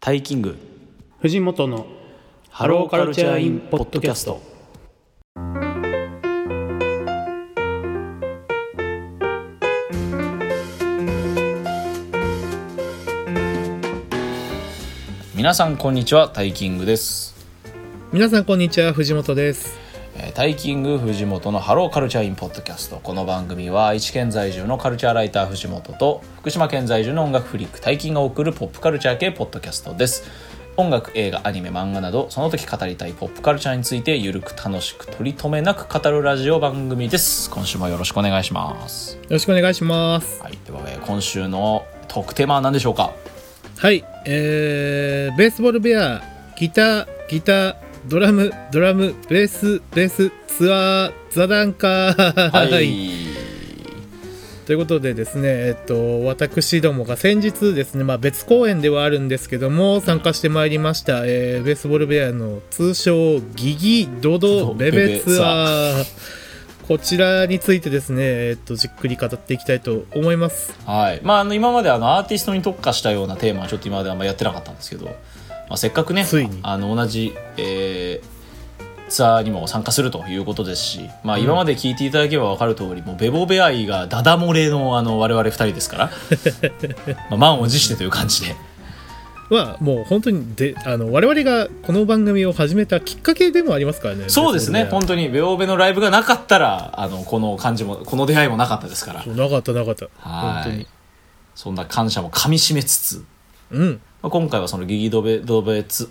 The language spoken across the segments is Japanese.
タイキング藤本のハローカルチャーインポッドキャスト。皆さんこんにちは、タイキングです。 皆さんこんにちは、藤本です。 タイキング藤本のハローカルチャーインポッドキャスト。この番組は愛知県在住のカルチャーライター藤本と福島県在住の音楽フリークタイキンが送るポップカルチャー系ポッドキャストです。音楽、映画、アニメ、漫画などその時語りたいポップカルチャーについてゆるく楽しく取り留めなく語るラジオ番組です。今週もよろしくお願いします。 よろしくお願いします。 はい、では、今週のトークテーマは何でしょうか。 はい、ベースボールベア、ギター、ドラム、ベース、ツアー、座談会、 はい、 ということでですね、私どもが先日ですね、別公演ではあるんですけども参加してまいりました、ベースボールベアの通称ギギドドベベツアー、こちらについてですね、じっくり語っていきたいと思います。 はい、今までアーティストに特化したようなテーマはちょっと今まであんまやってなかったんですけど、せっかくねついに同じ、ツアーにも参加するということですし、今まで聞いていただければ分かる通り、もうベボベアイがダダ漏れの我々2人ですから満を持してという感じでもう本当に我々がこの番組を始めたきっかけでもありますからね。 そうですね、本当にベボベのライブがなかったらこの感じもこの出会いもなかったですから。 なかったはい、 本当にそんな感謝もかみしめつつ、今回はそのギギドドベベツ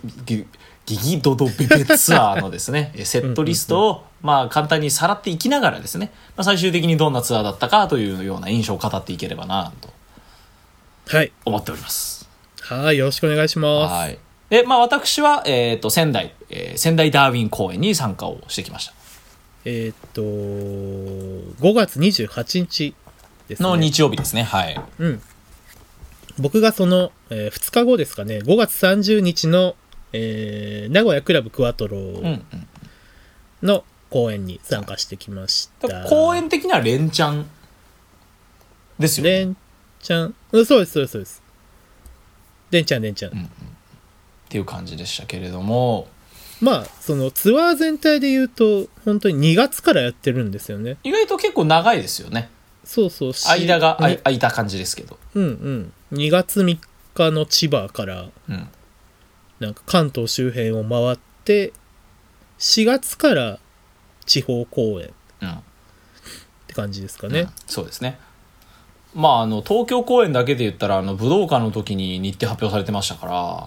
アーのですねセットリストを簡単にさらっていきながらですね、最終的にどんなツアーだったかというような印象を語っていければなと思っております。 はい、よろしくお願いします。 はい。で、私は、仙台ダーウィン公演に参加をしてきました。 5月28日ですね。 の日曜日ですね。はい。 僕がその、2日後ですかね、5月30日の、名古屋クラブクワトロの公演に参加してきました。 公演的には連チャンですよね。 連チャン、そうです。連チャン、 っていう感じでしたけれども、 そのツアー全体で言うと本当に2月からやってるんですよね。 意外と結構長いですよね。 そう間が空いた感じですけど、 2月3日の千葉から、なんか関東周辺を回って4月から地方公演って感じですかね。 そうですね。東京公演だけで言ったら武道館の時に日程発表されてましたから、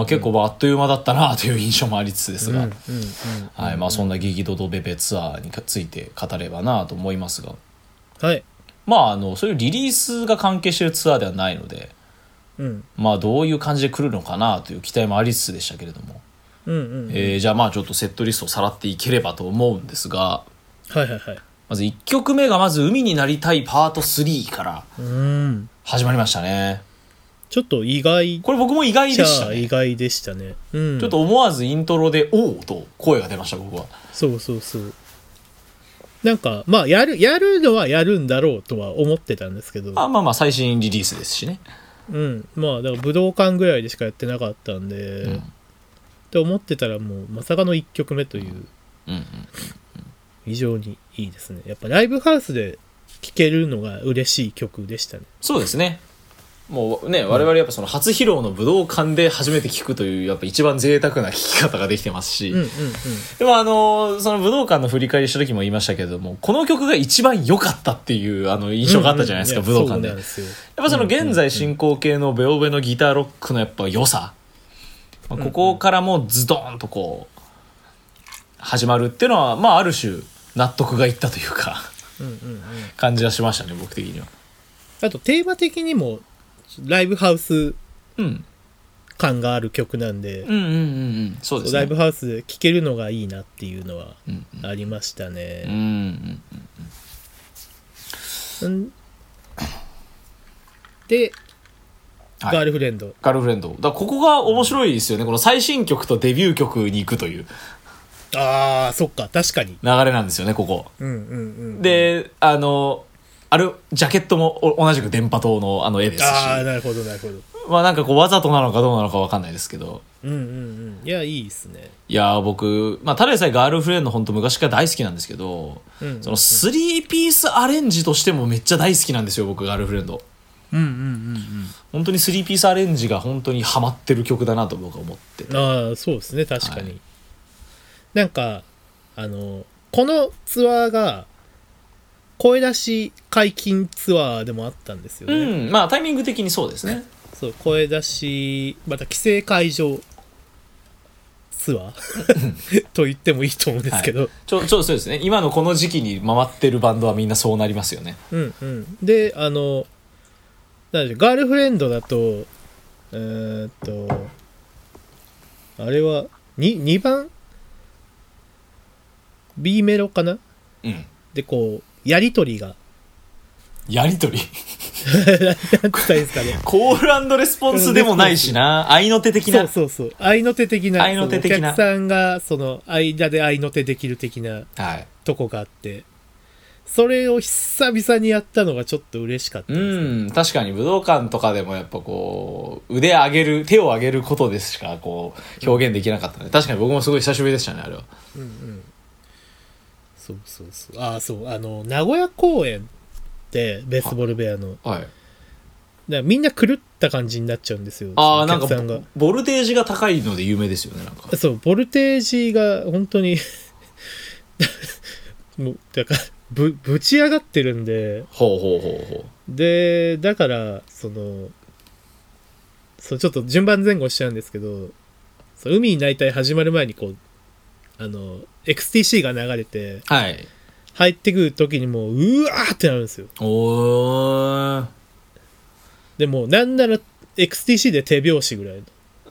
結構あっという間だったなという印象もありつつですが、そんなギギドドベベツアーについて語ればなと思いますが、 はい、 そういうリリースが関係しているツアーではないので、どういう感じで来るのかなという期待もありつつでしたけれども、じゃあちょっとセットリストをさらっていければと思うんですが、まず1曲目が海になりたいパート3から始まりましたね。 ちょっと意外、 これ僕も意外でしたね。 意外でしたね。 ちょっと思わずイントロでおーと声が出ました、僕は。 そうなんかやるのはやるんだろうとは思ってたんですけど、 最新リリースですしね。 だから武道館ぐらいでしかやってなかったんで、って思ってたらもうまさかの1曲目という、非常にいいですね。やっぱライブハウスで聴けるのが嬉しい曲でしたね。 そうですね。もうね、我々やっぱその初披露の武道館で初めて聴くというやっぱ一番贅沢な聴き方ができてますし、でもその武道館の振り返りした時も言いましたけれども、この曲が一番良かったっていう印象があったじゃないですか、武道館で。やっぱその現在進行形のベオベのギターロックのやっぱ良さ、ここからもうズドーンとこう始まるっていうのはある種納得がいったというか感じはしましたね、僕的には。 あとテーマ的にもライブハウス感がある曲なんで、 そうですね、 ライブハウスで聴けるのがいいなっていうのはありましたね。で、ガールフレンドだからここが面白いですよね、この最新曲とデビュー曲に行くというそっか、確かに流れなんですよね、ここ。でジャケットも同じく電波塔の絵ですし、 なるほどまあなんかこうわざとなのかどうなのかわかんないですけど。 うんうんうん。いや、いいですね。 いや僕、まあただでさえガールフレンド本当昔から大好きなんですけど、 うんうんうん、 その3ピースアレンジとしてもめっちゃ大好きなんですよ、僕ガールフレンド。 うんうんうんうん。 本当に3ピースアレンジが本当にハマってる曲だなと僕は思ってて。 ああ、そうですね、確かに。 はい、 なんか、このツアーが、声出し解禁ツアーでもあったんですよね。 うん、まあタイミング的にそうですね。 そう、声出し、また規制解除ツアーと言ってもいいと思うんですけど、はい、 そうですね。今のこの時期に回ってるバンドはみんなそうなりますよね。 うんうん。で、なんでガールフレンドだと、あれは2番 B メロかな、 うん、 でこうやりとりなんつったらいいですかね、 コール&レスポンスでもないしな、合いの手的な、 そう合いの手的な、 お客さんがその間で合いの手できる的なとこがあって、はい、それを久々にやったのがちょっと嬉しかったです、ね、 うん、確かに武道館とかでもやっぱこう手を上げることでしかこう表現できなかったね、確かに僕もすごい久しぶりでしたね、あれは。 うんうん、そう名古屋公演ってベースボールベアの、はい、だからみんな狂った感じになっちゃうんですよ。 なんかボルテージが高いので有名ですよね、なんか。 そうボルテージが本当にもうだからぶち上がってるんで、でだからそうちょっと順番前後しちゃうんですけど、海になりたい始まる前にこうXTC が流れて、はい、入ってくる時にもううわーってなるんですよ。でもなんなら XTC で手拍子ぐらいの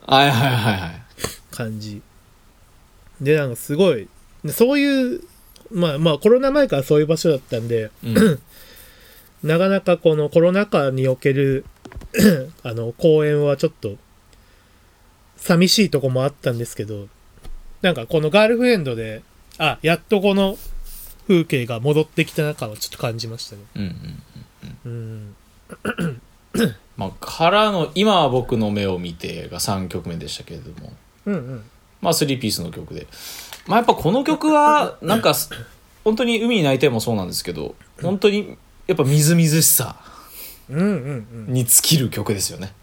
感じで、なんかすごいそういうまあコロナ前からそういう場所だったんで、うん、なかなかこのコロナ禍における公演はちょっと寂しいとこもあったんですけど、なんかこのガールフレンドでやっとこの風景が戻ってきた中はちょっと感じましたね。 まあからの今は僕の目を見てが3曲目でしたけれども、うんうん、まあ3ピースの曲で、まあやっぱこの曲はなんか本当に海に泣いてもそうなんですけど、本当にやっぱみずみずしさに尽きる曲ですよね。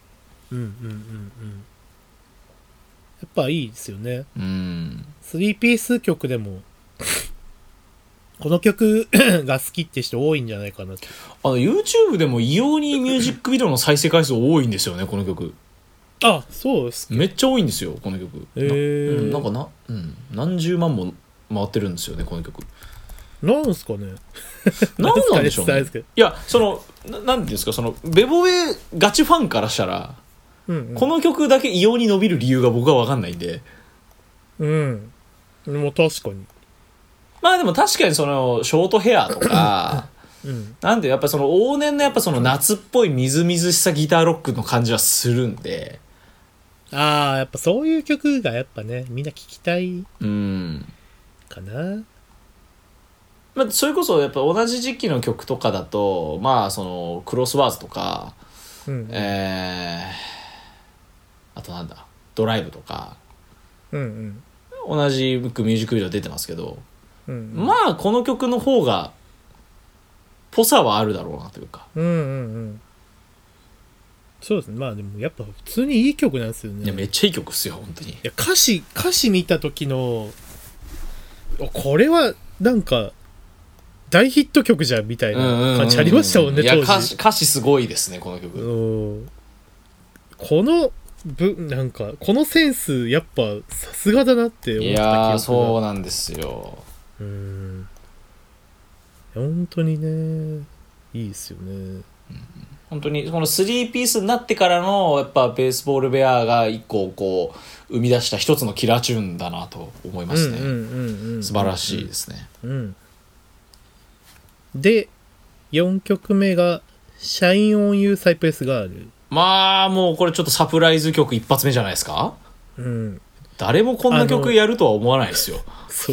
やっぱいいですよね。3ピース曲でもこの曲が好きって人多いんじゃないかなって。 YouTube でも異様にミュージックビデオの再生回数多いんですよね、この曲。 そうですか。 めっちゃ多いんですよ、この曲。なんか何十万も回ってるんですよね、この曲。 なんすかね。 なんでしょうね。いや、なんていうんですか、ベボベガチファンからしたら、この曲だけ異様に伸びる理由が僕は分かんないんで。 もう確かに。 まあでも確かにショートヘアとか、なんでやっぱ往年のやっぱ夏っぽいみずみずしさギターロックの感じはするんで。 やっぱそういう曲がやっぱね、みんな聴きたいかな。 まあそれこそやっぱ同じ時期の曲とかだと、まあクロスワーズとか、あとなんだドライブとか、同じミュージックビデオ出てますけど、まあこの曲の方がぽさはあるだろうなというか。 そうですね。まあでもやっぱ普通にいい曲なんですよね。 いやめっちゃいい曲っすよ本当に。いや歌詞見た時のこれはなんか大ヒット曲じゃんみたいな感じありましたもんね、当時。 いや歌詞すごいですねこの曲。 このセンスやっぱさすがだなって思った記憶が。 いやそうなんですよ。 本当にねいいですよね。 本当にこの3ピースになってからのやっぱベースボールベアが一個こう生み出した一つのキラーチューンだなと思いますね。素晴らしいですね。 で4曲目がシャインオンユーサイプレスガール。 まあもうこれちょっとサプライズ曲一発目じゃないですか。誰もこんな曲やるとは思わないですよ。 そう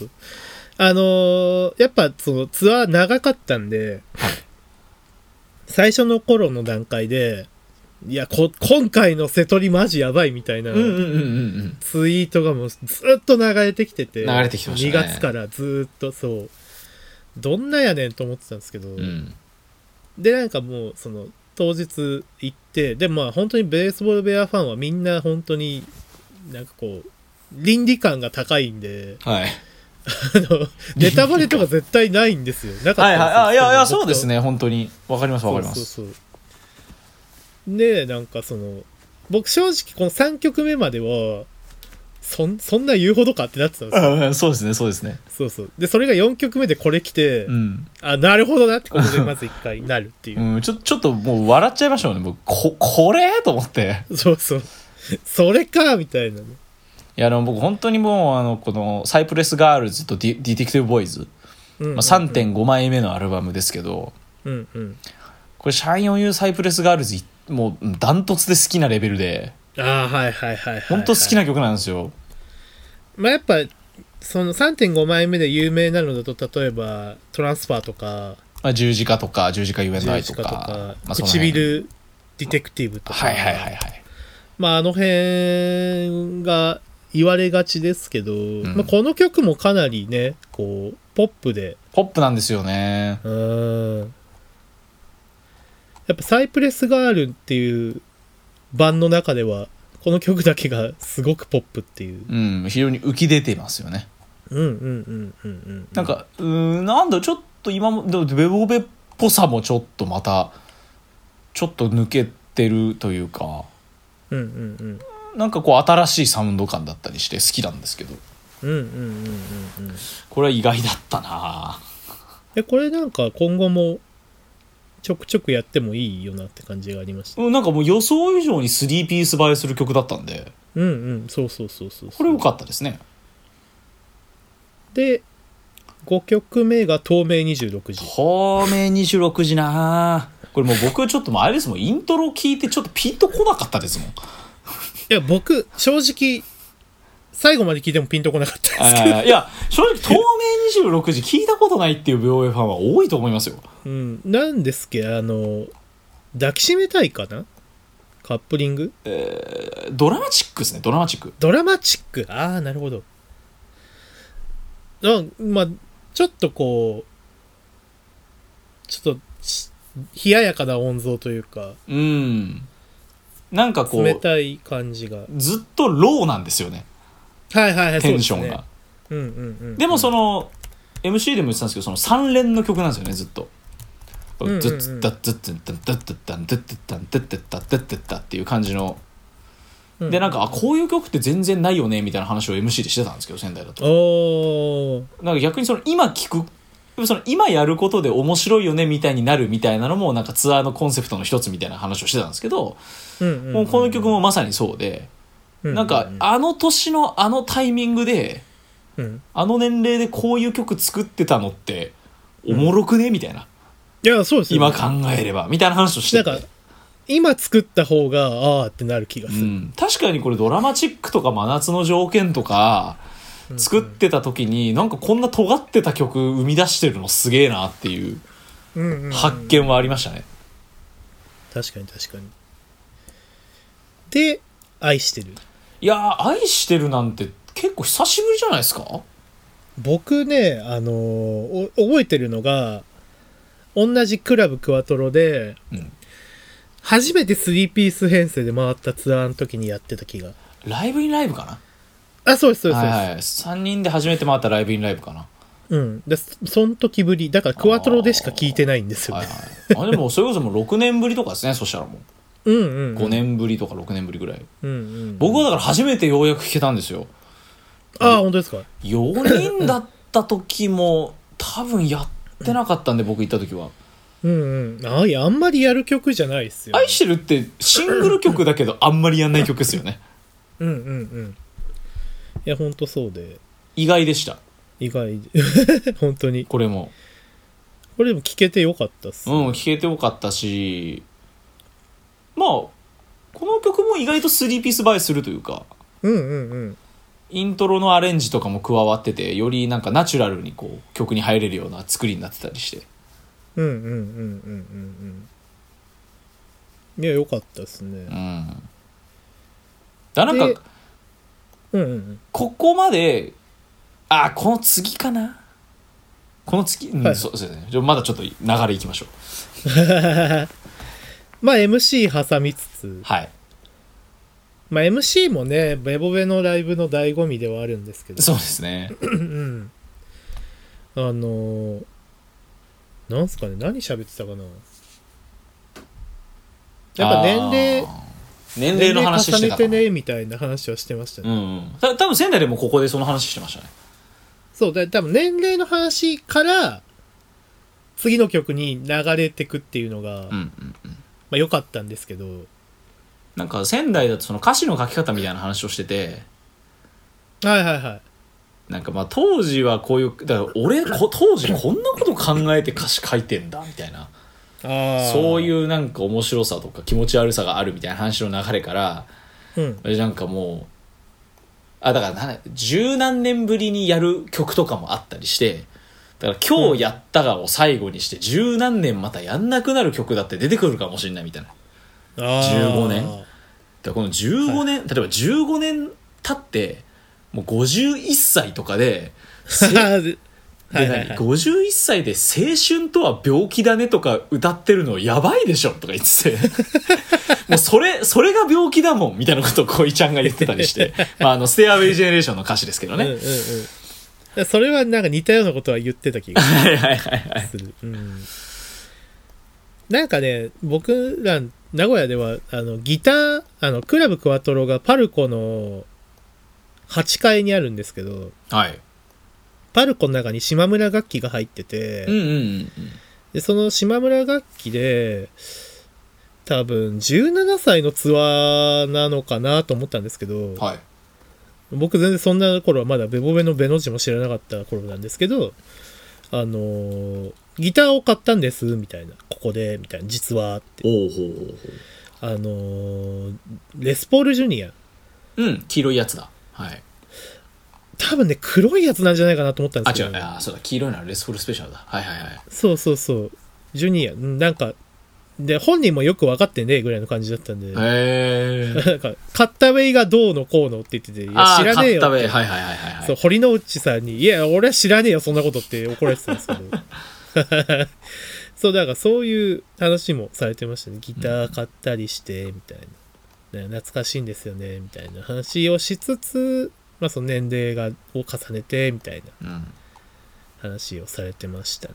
やっぱツアー長かったんで、最初の頃の段階でいや今回の瀬戸りマジやばいみたいなツイートがもうずっと流れてきてて、 流れてきてましたね。 2月からずっとそうどんなやねんと思ってたんですけど、でなんかもうその当日行って、でまあ本当にベースボールベアファンはみんな本当になんかこう倫理観が高いんで、 はい、 ネタバレとか絶対ないんですよ。なかったんですよ。 はいはい、いやそうですね、本当にわかりますわかります。 そうでなんかその僕正直この3曲目まではそんな言うほどかってなってたんですよ。 そうですねそうですね。 そうでそれが4曲目でこれ来て、あなるほどなってことでまず1回なるっていう、 ちょっともう笑っちゃいましたもんね。僕これと思って。 そうそれかみたいなね。 いや僕本当にもうこのサイプレスガールズとディテクティブボーイズ、3.5 枚目のアルバムですけど、これシャインオンユーサイプレスガールズもうダントツで好きなレベルで、 はい本当好きな曲なんですよ。 まあやっぱその 3.5 枚目で有名なのだと例えばトランスファーとか、 十字架とか十字架ゆえの愛とか、 唇ディテクティブとか、まああの辺が言われがちですけど、まあ、この曲もかなりねこうポップなんですよね。 やっぱサイプレスガールっていう版の中ではこの曲だけがすごくポップっていう、 非常に浮き出てますよね。なんかなんだちょっと今もベボベっぽさもちょっとまたちょっと抜けてるというか、なんかこう新しいサウンド感だったりして好きなんですけど、これは意外だったな。 これなんか今後もちょくちょくやってもいいよなって感じがありました。 なんかもう予想以上に3ピース映えする曲だったんで、 そうこれ良かったですね。 で5曲目が透明26時。 透明26時な。これもう僕ちょっともうあれですもん、イントロ聞いてちょっとピンとこなかったですもん。いや僕正直最後まで聞いてもピンとこなかったですけど、 いや正直透明26時聞いたことないっていう病院ファンは多いと思いますよ。 なんですけど抱きしめたいかなカップリング、 ドラマチックですね。ドラマチック。 なるほど。まあちょっとこうちょっと冷ややかな音像というか、 なんかこう冷たい感じがずっとローなんですよね。テンションが。でもその MC でも言ってたんですけど、その3連の曲なんですよね、ずっと。ズッズッダッズッズッダッダッダッダッダッダッダッダッダッダッダッダッダッっていう感じの。でなんかこういう曲って全然ないよねみたいな話を MC でしてたんですけど、仙台だと。なんか逆にその今聞く、その今やることで面白いよねみたいになるみたいなのもなんかツアーのコンセプトの一つみたいな話をしてたんですけど、もうこの曲もまさにそうで、なんかあの年のあのタイミングで、あの年齢でこういう曲作ってたのっておもろくねみたいな。 いやそうですよ、 今考えればみたいな話をしてて、 なんか今作った方がってなる気がする、 確かにこれドラマチックとか真夏の条件とか作ってた時になんかこんな尖ってた曲生み出してるのすげえなっていう発見はありましたね。 確かにで愛してる。 いや愛してるなんて結構久しぶりじゃないですか。 僕ね覚えてるのが同じクラブクワトロで、初めて3ピース編成で回ったツアーの時にやってた気が。 ライブインライブかな。 そうです。 3人で初めて回ったライブインライブかな。 でその時ぶりだからクワトロでしか聞いてないんですよね。 でもそれこそもう6年ぶりとかですね。そしたらもう5年ぶりとか6年ぶりぐらい、僕はだから初めてようやく聴けたんですよ。 本当ですか。 4人だった時も多分やってなかったんで、僕行った時はあんまりやる曲じゃないですよ、 愛してるってシングル曲だけどあんまりやんない曲ですよね。 いや本当そうで意外でした。 意外本当にこれも聴けてよかったっす、 聴けてよかったし、まあこの曲も意外と3ピース映えするというか、イントロのアレンジとかも加わってて、よりなんかナチュラルにこう曲に入れるような作りになってたりして、 いや良かったですね。 なんか、ここまでこの次かな、この次、はい、そうですね。まだちょっと流れいきましょう。 まあ MC 挟みつつ、 はい。 まあ MC もね、ベボベのライブの醍醐味ではあるんですけど。 そうですね。 なんすかね、何喋ってたかな。やっぱ年齢の話してたかな。重ねてねみたいな話はしてましたね。 多分仙台でもここでその話してましたね。 そうだ、多分年齢の話から次の曲に流れてくっていうのが、まあ良かったんですけど。 なんか仙台だとその歌詞の書き方みたいな話をしてて、 はいはいはい。 なんかまあ当時はこういう、だから俺当時こんなこと考えて歌詞書いてんだみたいな、そういうなんか面白さとか気持ち悪さがあるみたいな話の流れから、なんかもうだから十何年ぶりにやる曲とかもあったりして、だから今日やったがを最後にして十何年またやんなくなる曲だって出てくるかもしれないみたいな。15年だ、この15年、例えば15年経ってもう51歳とかで51歳で青春とは病気だねとか歌ってるのやばいでしょとか言っててもうそれが病気だもんみたいなことを小井ちゃんが言ってたりしてまあステアウェイジェネレーションの歌詞ですけどね。 それはなんか似たようなことは言ってた気がする。なんかね、僕ら名古屋ではギタークラブクワトロがパルコの8階にあるんですけど、 はい、 パルコの中に島村楽器が入ってて、でその島村楽器で多分17歳のツアーなのかなと思ったんですけど、 はい、 僕全然そんな頃はまだベボベのベの字も知らなかった頃なんですけど、ギターを買ったんですみたいな、ここでみたいな、実はってレスポールジュニア、 黄色いやつだ、はい、 多分ね黒いやつなんじゃないかなと思ったんですけど、 そうだ、黄色いのはレスポールスペシャルだ、はいはいはい、 そうジュニアなんかで本人もよく分かってねえぐらいの感じだったんで、なんかカッタウェイがどうのこうのって言ってて、いや知らねえよって、 カッタウェイ、はい、 そう堀之内さんに、いや俺は知らねえよそんなことって怒られてたんですけどそうだからそういう話もされてましたね。ギター買ったりしてみたいな、懐かしいんですよねみたいな話をしつつ、まあその年齢を重ねてみたいな話をされてましたね。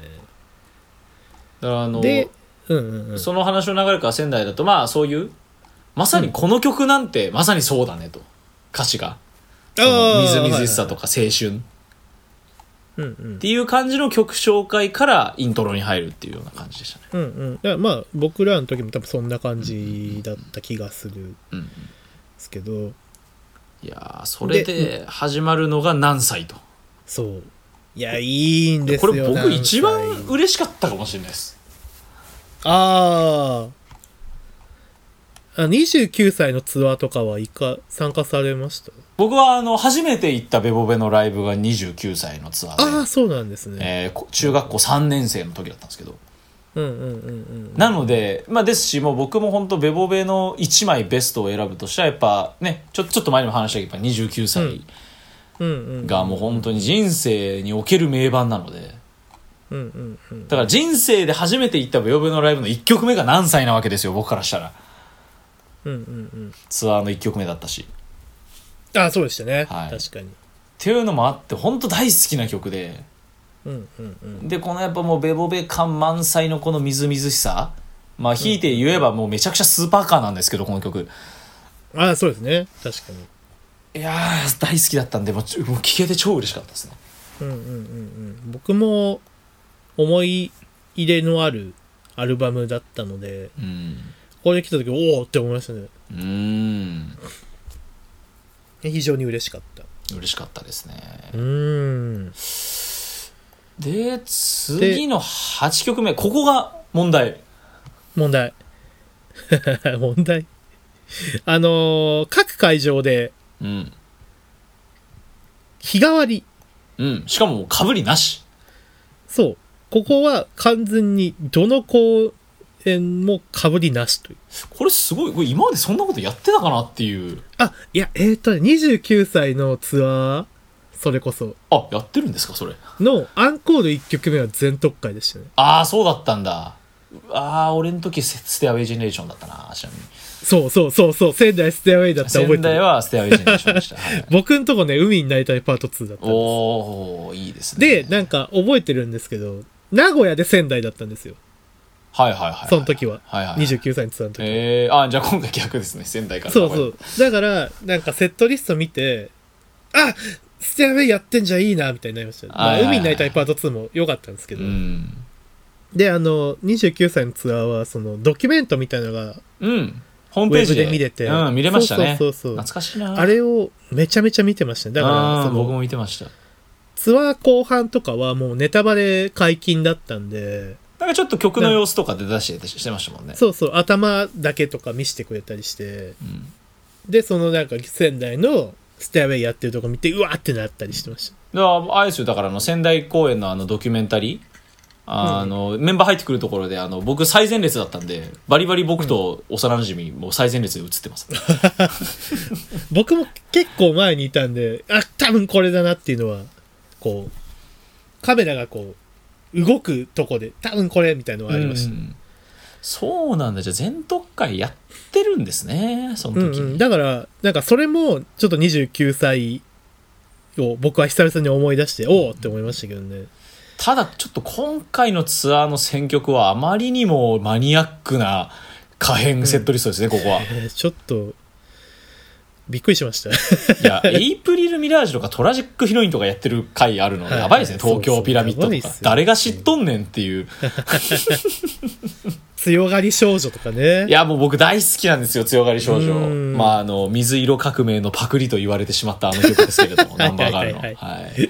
だからでその話の流れから仙台だと、まあそういうまさにこの曲なんてまさにそうだねと、歌詞がそのみずみずしさとか青春っていう感じの曲紹介からイントロに入るっていうような感じでしたね。 だからまあ僕らの時も多分そんな感じだった気がするんですけど、 いやそれで始まるのが何歳と。 そういやいいんですよ。 これ僕一番嬉しかったかもしれないです。 29歳のツアーとかは参加されました？ 僕は初めて行ったベボベのライブが29歳のツアーで、 そうなんですね、 中学校3年生の時だったんですけど、なので、まあですし、もう僕も本当ベボベの1枚ベストを選ぶとしたらやっぱね、ちょっと前にも話したけどやっぱ29歳がもう本当に人生における名盤なので、だから人生で初めて行ったベボベのライブの1曲目が何歳なわけですよ、僕からしたら。ツアーの1曲目だったし、 そうでしたね、はい、確かにっていうのもあって本当大好きな曲で、でこのやっぱもうベボベ感満載のこのみずみずしさ、まあひいて言えばもうめちゃくちゃスーパーカーなんですけどこの曲、 そうですね、確かに。 いやー大好きだったんでもう聴けて超嬉しかったですね。 僕も思い入れのあるアルバムだったので、これ来た時おおって思いましたね。非常に嬉しかったですね。で次の8曲目、ここが問題問題各会場で日替わり、 しかも被りなし。 そうここは完全にどのこう辺も被りなしという。 これすごい、これ今までそんなことやってたかなっていう。 いや、29歳のツアー、それこそ。 やってるんですか、それ。 のアンコール1曲目は全特会でしたね。 そうだったんだ。俺の時ステアウェイジェネレーションだったな、ちなみに。 そう、仙台ステアウェイだった覚えてる。 仙台はステアウェイジェネレーションでした。はい、 僕んとこね、海になりたいパート2だったんです。 おー、いいですね。 で、なんか覚えてるんですけど、名古屋で仙台だったんですよ。 はいはいはい。 その時は。 はいはいはい、 29歳のツアーの時は。 じゃあ今回逆ですね、仙台から。 そう。だから、なんかセットリスト見て、ステアウェイやってんじゃいいな、みたいになりました。海になりたいパート2も良かったんですけど。で、29歳のツアーは、その、ドキュメントみたいなのが、 ホームページで見れて。 見れましたね。 そう。 懐かしいな。 あれをめちゃめちゃ見てましたね。だから、 僕も見てました。 ツアー後半とかはもうネタバレ解禁だったんで、 なんかちょっと曲の様子とかで出してましたもんね。 そう、頭だけとか見せてくれたりして、で、そのなんか仙台のステアウェイやってるとこ見て、うわーってなったりしてました。 あれですよ、だから仙台公演のドキュメンタリー、メンバー入ってくるところで、僕最前列だったんで、バリバリ僕と幼馴染もう最前列で映ってます。 僕も結構前にいたんで、多分これだなっていうのは、こう、カメラがこう、動くとこで多分これみたいなのがありました、 そうなんだ。じゃあ全特会やってるんですね、その時に。 だからなんかそれもちょっと29歳を僕は久々に思い出しておおって思いましたけどね。 ただちょっと今回のツアーの選曲はあまりにもマニアックな可変セットリストですね、ここは。 ちょっとびっくりしました。 いや、エイプリル・ミラージュとかトラジック・ヒロインとかやってる回あるのやばいですね、東京ピラミッドとか。誰が知っとんねんっていう。 強がり少女とかね。 いや、もう僕大好きなんですよ、強がり少女。水色革命のパクリと言われてしまったあの曲ですけれども、ナンバーガールの。はい。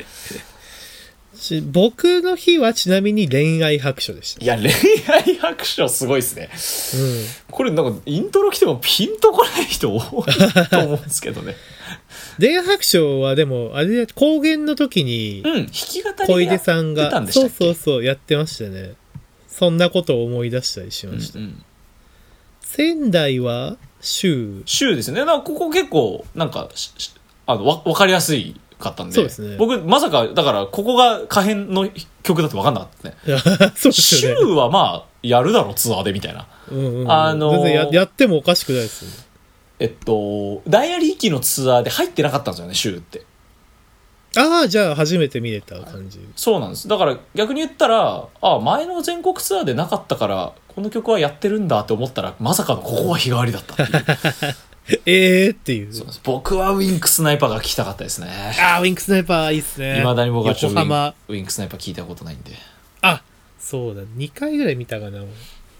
僕の日はちなみに恋愛白書でした。 いや、恋愛白書すごいですね。これなんかイントロ来てもピンとこない人多いと思うんですけどね。 恋愛白書はでもあれ高原の時に弾き語り小出さんがそうやってましたね。そんなことを思い出したりしました。仙台は州ですね。だからここ結構なんか分かりやすいかったんで、 そうですね、 僕まさかだからここが可変の曲だと分かんなかったね。 そうですよね。 州はまあやるだろツアーでみたいな。 全然 やってもおかしくないですよね。 ダイアリー機のツアーで入ってなかったんですよね、州って。 じゃあ初めて見れた感じ。 そうなんです。だから逆に言ったら前の全国ツアーでなかったからこの曲はやってるんだって思ったらまさかのここは日替わりだったっていうっていう。 そうです。僕はウィンクスナイパーが聞きたかったですね。 ウィンクスナイパーいいっすね。 未だに僕はちょっとウィンクスナイパー聞いたことないんで。 そうだ、2回ぐらい見たかな。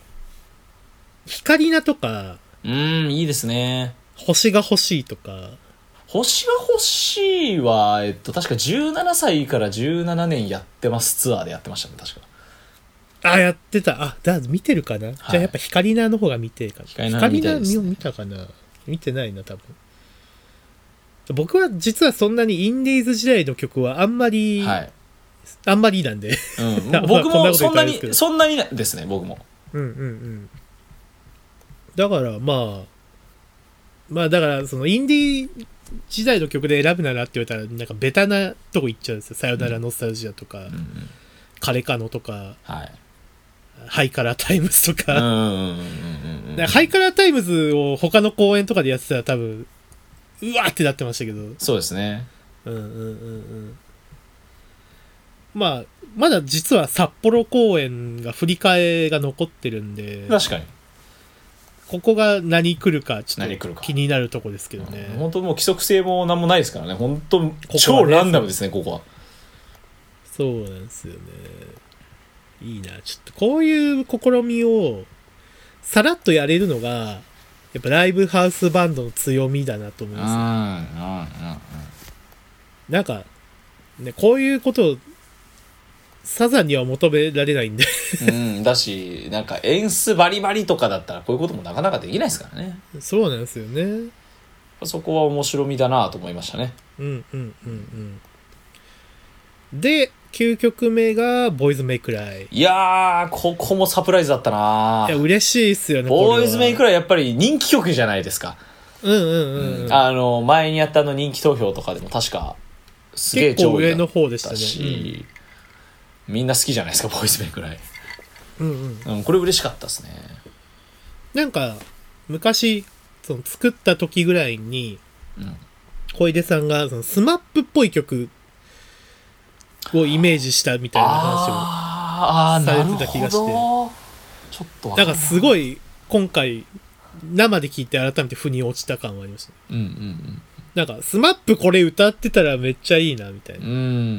光名とかいいですね。 星が欲しいとか。 星が欲しいは確か17歳から17年やってますツアーでやってましたね、確か。 やってた。見てるかな、じゃあやっぱ光名の方が見てるかな。光名見たかな。見てないな、多分。僕は実はそんなにインディーズ時代の曲はあんまりなんで、 僕もそんなにですね、僕も。 だからまあだからそのインディー時代の曲で選ぶならって言われたらなんかベタなとこ行っちゃうんですよ。さよならノスタルジアとか、カレカノとか、ハイカラータイムズとか。ハイカラータイムズを他の公演とかでやってたら多分うわーってなってましたけど。 そうですね。 まだ実は札幌公演が振り替えが残ってるんで、 確かにここが何来るかちょっと気になるとこですけどね。 本当もう規則性も何もないですからね。本当超ランダムですね、ここは。 そうなんですよね。いいな。ちょっとこういう試みをさらっとやれるのがやっぱライブハウスバンドの強みだなと思います、なんかね、こういうことをサザンには求められないんでだしなんか演出バリバリとかだったらこういうこともなかなかできないですからね。 そうなんですよね。 そこは面白みだなと思いましたね。 で 9曲目がボーイズメイクライ。 いやー、ここもサプライズだったないや嬉しいっすよね。 ボーイズメイクライやっぱり人気曲じゃないですか。前にやった人気投票とかでも確かすげえ結構上の方でしたね、みんな好きじゃないですかボーイズメイクライ。これ嬉しかったですね。 なんか昔その作った時ぐらいに、小出さんがそのスマップっぽい曲をイメージしたみたいな話をされてた気がして、ちょっとなんかすごい今回生で聴いて改めて腑に落ちた感はありました、なんかスマップこれ歌ってたらめっちゃいいなみたいな、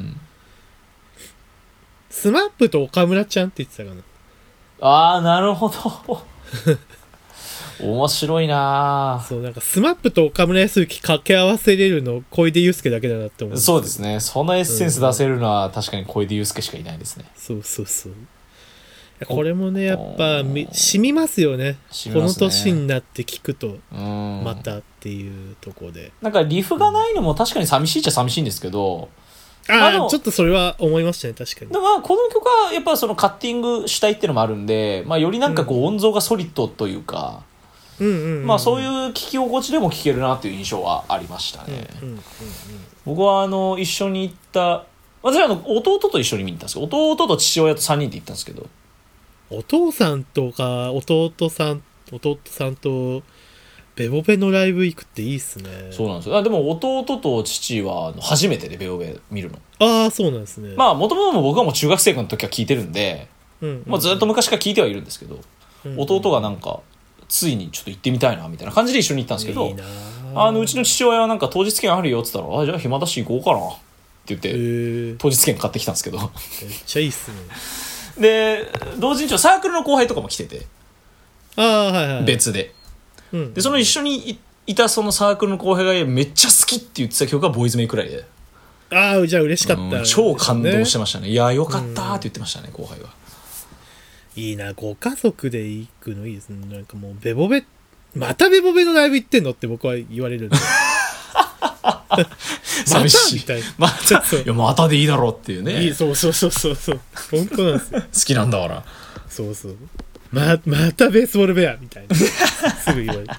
スマップと岡村ちゃんって言ってたかな。 なるほど面白いな。 そう、なんかスマップと岡村康之掛け合わせれるの小出祐介だけだなって思う。 そうですね。そんなエッセンス出せるのは確かに小出祐介しかいないですね。 そうこれもねやっぱ染みますよね。この年になって聞くとまたっていうところで、 なんかリフがないのも確かに寂しいっちゃ寂しいんですけど、 ちょっとそれは思いましたね。確かに。 でもこの曲はやっぱそのカッティングしたいっていうのもあるんで、よりなんかこう音像がソリッドというか、そういう聞き心地でも聴けるなっていう印象はありましたね。僕は一緒に行った私は弟と一緒に見に行ったんですけど、弟と父親と3人で行ったんですけど、 お父さんとか弟さんとベボベのライブ行くっていいっすね。 そうなんですよ。でも弟と父は初めてでベボベ見るの。 そうなんですね。 もともと僕はもう中学生の時は聞いてるんで、ずっと昔から聞いてはいるんですけど、弟がなんかついにちょっと行ってみたいなみたいな感じで一緒に行ったんですけど、うちの父親はなんか当日券あるよって言ったら、じゃあ暇だし行こうかなって言って当日券買ってきたんですけど、めっちゃいいっすね。 で同時にサークルの後輩とかも来てて、別で、でその一緒にいたそのサークルの後輩がめっちゃ好きって言ってた曲がボーイズメイクライで、 じゃあ嬉しかった、 超感動してましたね。いやよかったって言ってましたね、後輩は。 いいな、ご家族で行くのいいですね。なんかもうベボベまたベボベのライブ行ってんのって僕は言われるんで寂しいみたいな、いやまたでいいだろうっていうね。 そう本当なんですよ。 好きなんだから。 そうまたベースボールベアみたいなすぐ言われる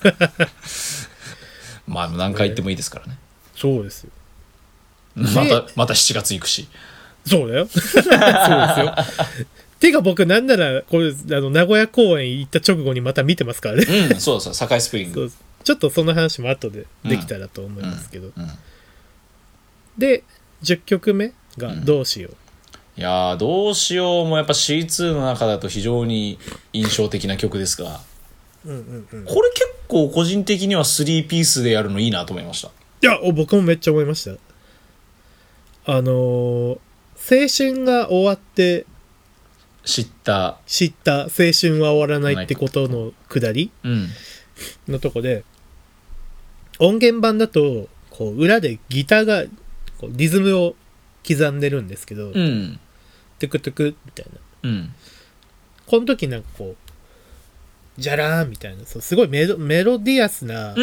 何回行ってもいいですからね。 そうですよ。 また7月行くし。 そうだよそうですよ。てか僕なんならこれ名古屋公演行った直後にまた見てますからね。 そう堺スプリング。 ちょっとその話も後でできたらと思いますけど、で10曲目がどうしよう、 いやどうしようもやっぱ C2 の中だと非常に印象的な曲ですが、これ結構個人的には3ピースでやるのいいなと思いました。 いや僕もめっちゃ思いました。青春が終わって知った青春は終わらないってことのくだりのとこで、音源版だとこう裏でギターがこうリズムを刻んでるんですけど、トゥクトゥクみたいな、この時なんかこうジャラーンみたいな、すごいメロディアスなコ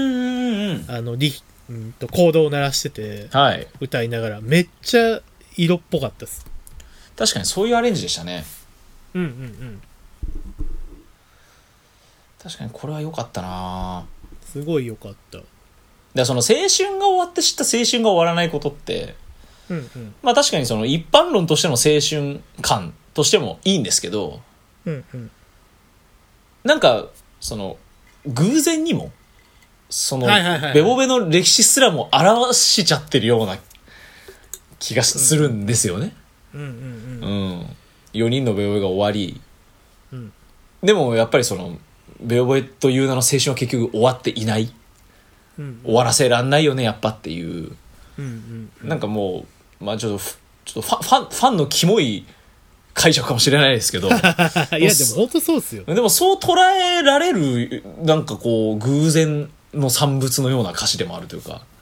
ードを鳴らしてて、歌いながらめっちゃ色っぽかったです。 確かにそういうアレンジでしたね。確かにこれは良かったな。 すごい良かった。 でその青春が終わって知った青春が終わらないことって、確かにその一般論としての青春感としてもいいんですけど、なんかその偶然にもそのベボベの歴史すらも表しちゃってるような気がするんですよね。4人のベボベが終わり、でもやっぱりそのベボベという名の青春は結局終わっていない、終わらせらんないよねやっぱっていう、なんかもうちょっとファンのキモい解釈かもしれないですけどいやでも本当そうですよ。 でもそう捉えられるなんかこう偶然の産物のような歌詞でもあるというか、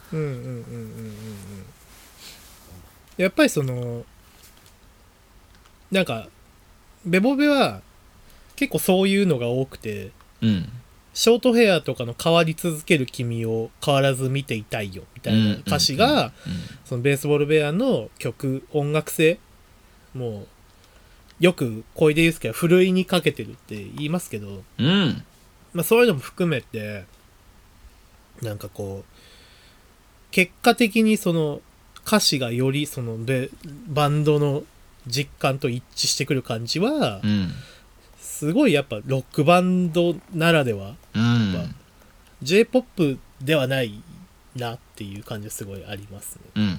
やっぱりそのなんかベボベは結構そういうのが多くて、 ショートヘアとかの変わり続ける君を変わらず見ていたいよみたいな歌詞がそのベースボールベアの曲音楽性もうよく小出祐介はふるいにかけてるって言いますけど、 うん、 まあそういうのも含めてなんかこう結果的にその歌詞がよりそのバンドの実感と一致してくる感じは、 うん、 すごいやっぱロックバンドならでは、 うん、 J-POP ではないなっていう感じがすごいありますね。 うんうんうんうん、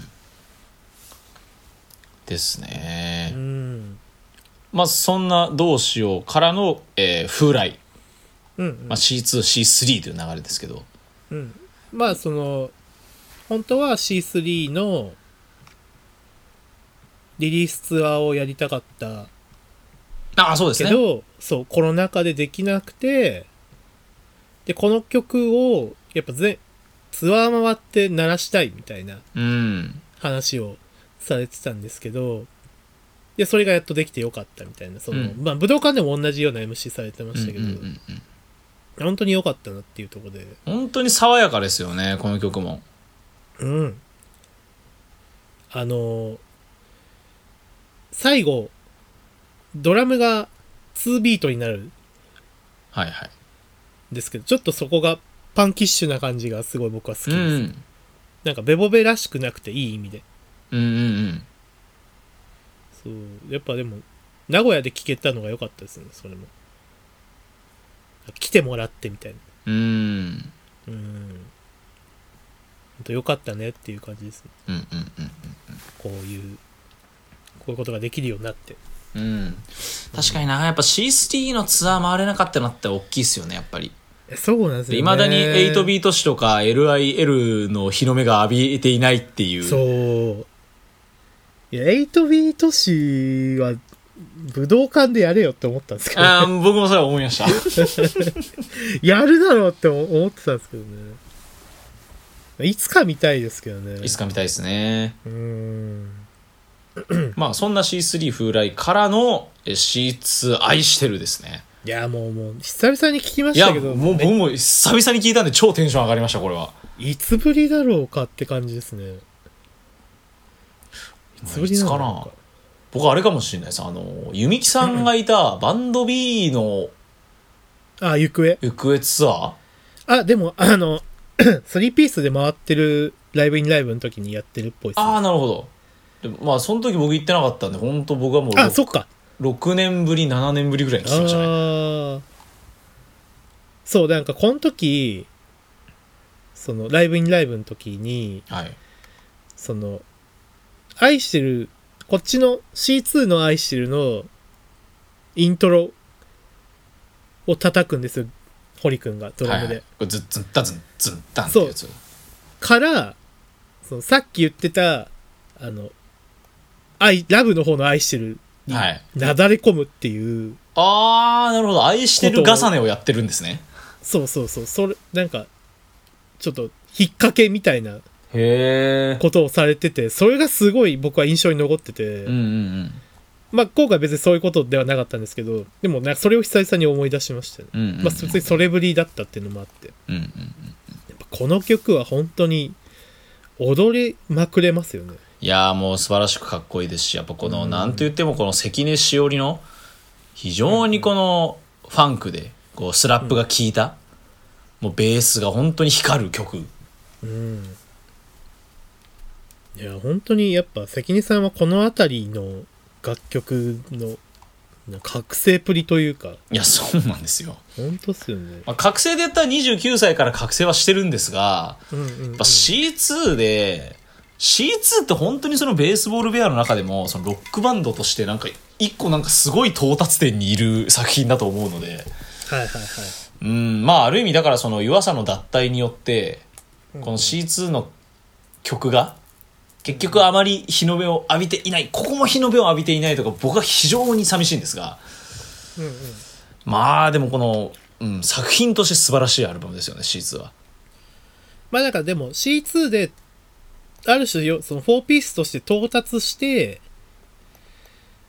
ですね。まあそんなどうしようからの、風来、まあ、C2、C3 という流れですけど、 まあその本当は C3 のリリースツアーをやりたかったそうですね。 けど、そうコロナ禍でできなくて、でこの曲をやっぱツアー回って鳴らしたいみたいな話をされてたんですけど、でそれがやっとできてよかったみたいな、その、まあ武道館でも同じような MC されてましたけど、本当に良かったなっていうところで、 本当に爽やかですよねこの曲も。 最後ドラムが2ビートになるんですけど、ちょっとそこがパンキッシュな感じがすごい僕は好きです、なんかベボベらしくなくていい意味で、そうやっぱでも名古屋で聴けたのが良かったですね。それも来てもらってみたいな、本当良かったねっていう感じですね。こういうことができるようになって、 確かにな、やっぱ C3 のツアー回れなかったのって大きいですよねやっぱり。 そうなんですよね。 未だに8ビート誌とか LIL の日の目が浴びていないっていう。 そういや8ビート誌は武道館でやれよって思ったんですけど、ね、 僕もそれは思いましたやるだろうって思ってたんですけどね。いつか見たいですけどね。 いつか見たいですね。まあそんな C3 風来からの C2 愛してるですね。 いやもう久々に聞きましたけど、 もう僕も久々に聞いたんで超テンション上がりました。これはいつぶりだろうかって感じですね。 いつぶりかな。僕あれかもしれないです。弓木さんがいたバンド B の行方ツアー、でも3ピースで回ってるライブインライブの時にやってるっぽいです、ね。 なるほど。でまあその時僕行ってなかったんで、本当僕はもうそっか 6年ぶり7年ぶりぐらいに聞きましたね。 そうなんかこの時そのライブインライブの時に、その愛してるこっちの C2 の愛してるのイントロを叩くんですよ堀くんがドラムで、 ズンズンタズンズンタンってやつからそのさっき言ってたラブの方の愛してるになだれ込むっていう、 なるほど、愛してる重ねをやってるんですね。 そうそれなんかちょっと引っ掛けみたいなことをされてて、それがすごい僕は印象に残ってて、まあ今回別にそういうことではなかったんですけど、でもなんかそれを久々に思い出しましたね。まあ普通にそれぶりだったっていうのもあって、やっぱこの曲は本当に踊りまくれますよね。 いやもう素晴らしくかっこいいですし、やっぱこのなんと言ってもこの関根しおりの非常にこのファンクでこうスラップが効いた、もうベースが本当に光る曲。 いや本当にやっぱ関根さんはこの辺りの楽曲の覚醒プリというか、 いやそうなんですよ。 本当っすよね。 覚醒で言ったら29歳から覚醒はしてるんですが、やっぱ C2 で C2 って本当にそのベースボールベアの中でもそのロックバンドとしてなんか一個なんかすごい到達点にいる作品だと思うので、まあある意味だからその湯浅の脱退によってこの C2 の曲が結局あまり日の目を浴びていない、ここも日の目を浴びていないとか僕は非常に寂しいんですが、まあでもこの、作品として素晴らしいアルバムですよね C2 は。 まあなんかでも C2 である種その4ピースとして到達して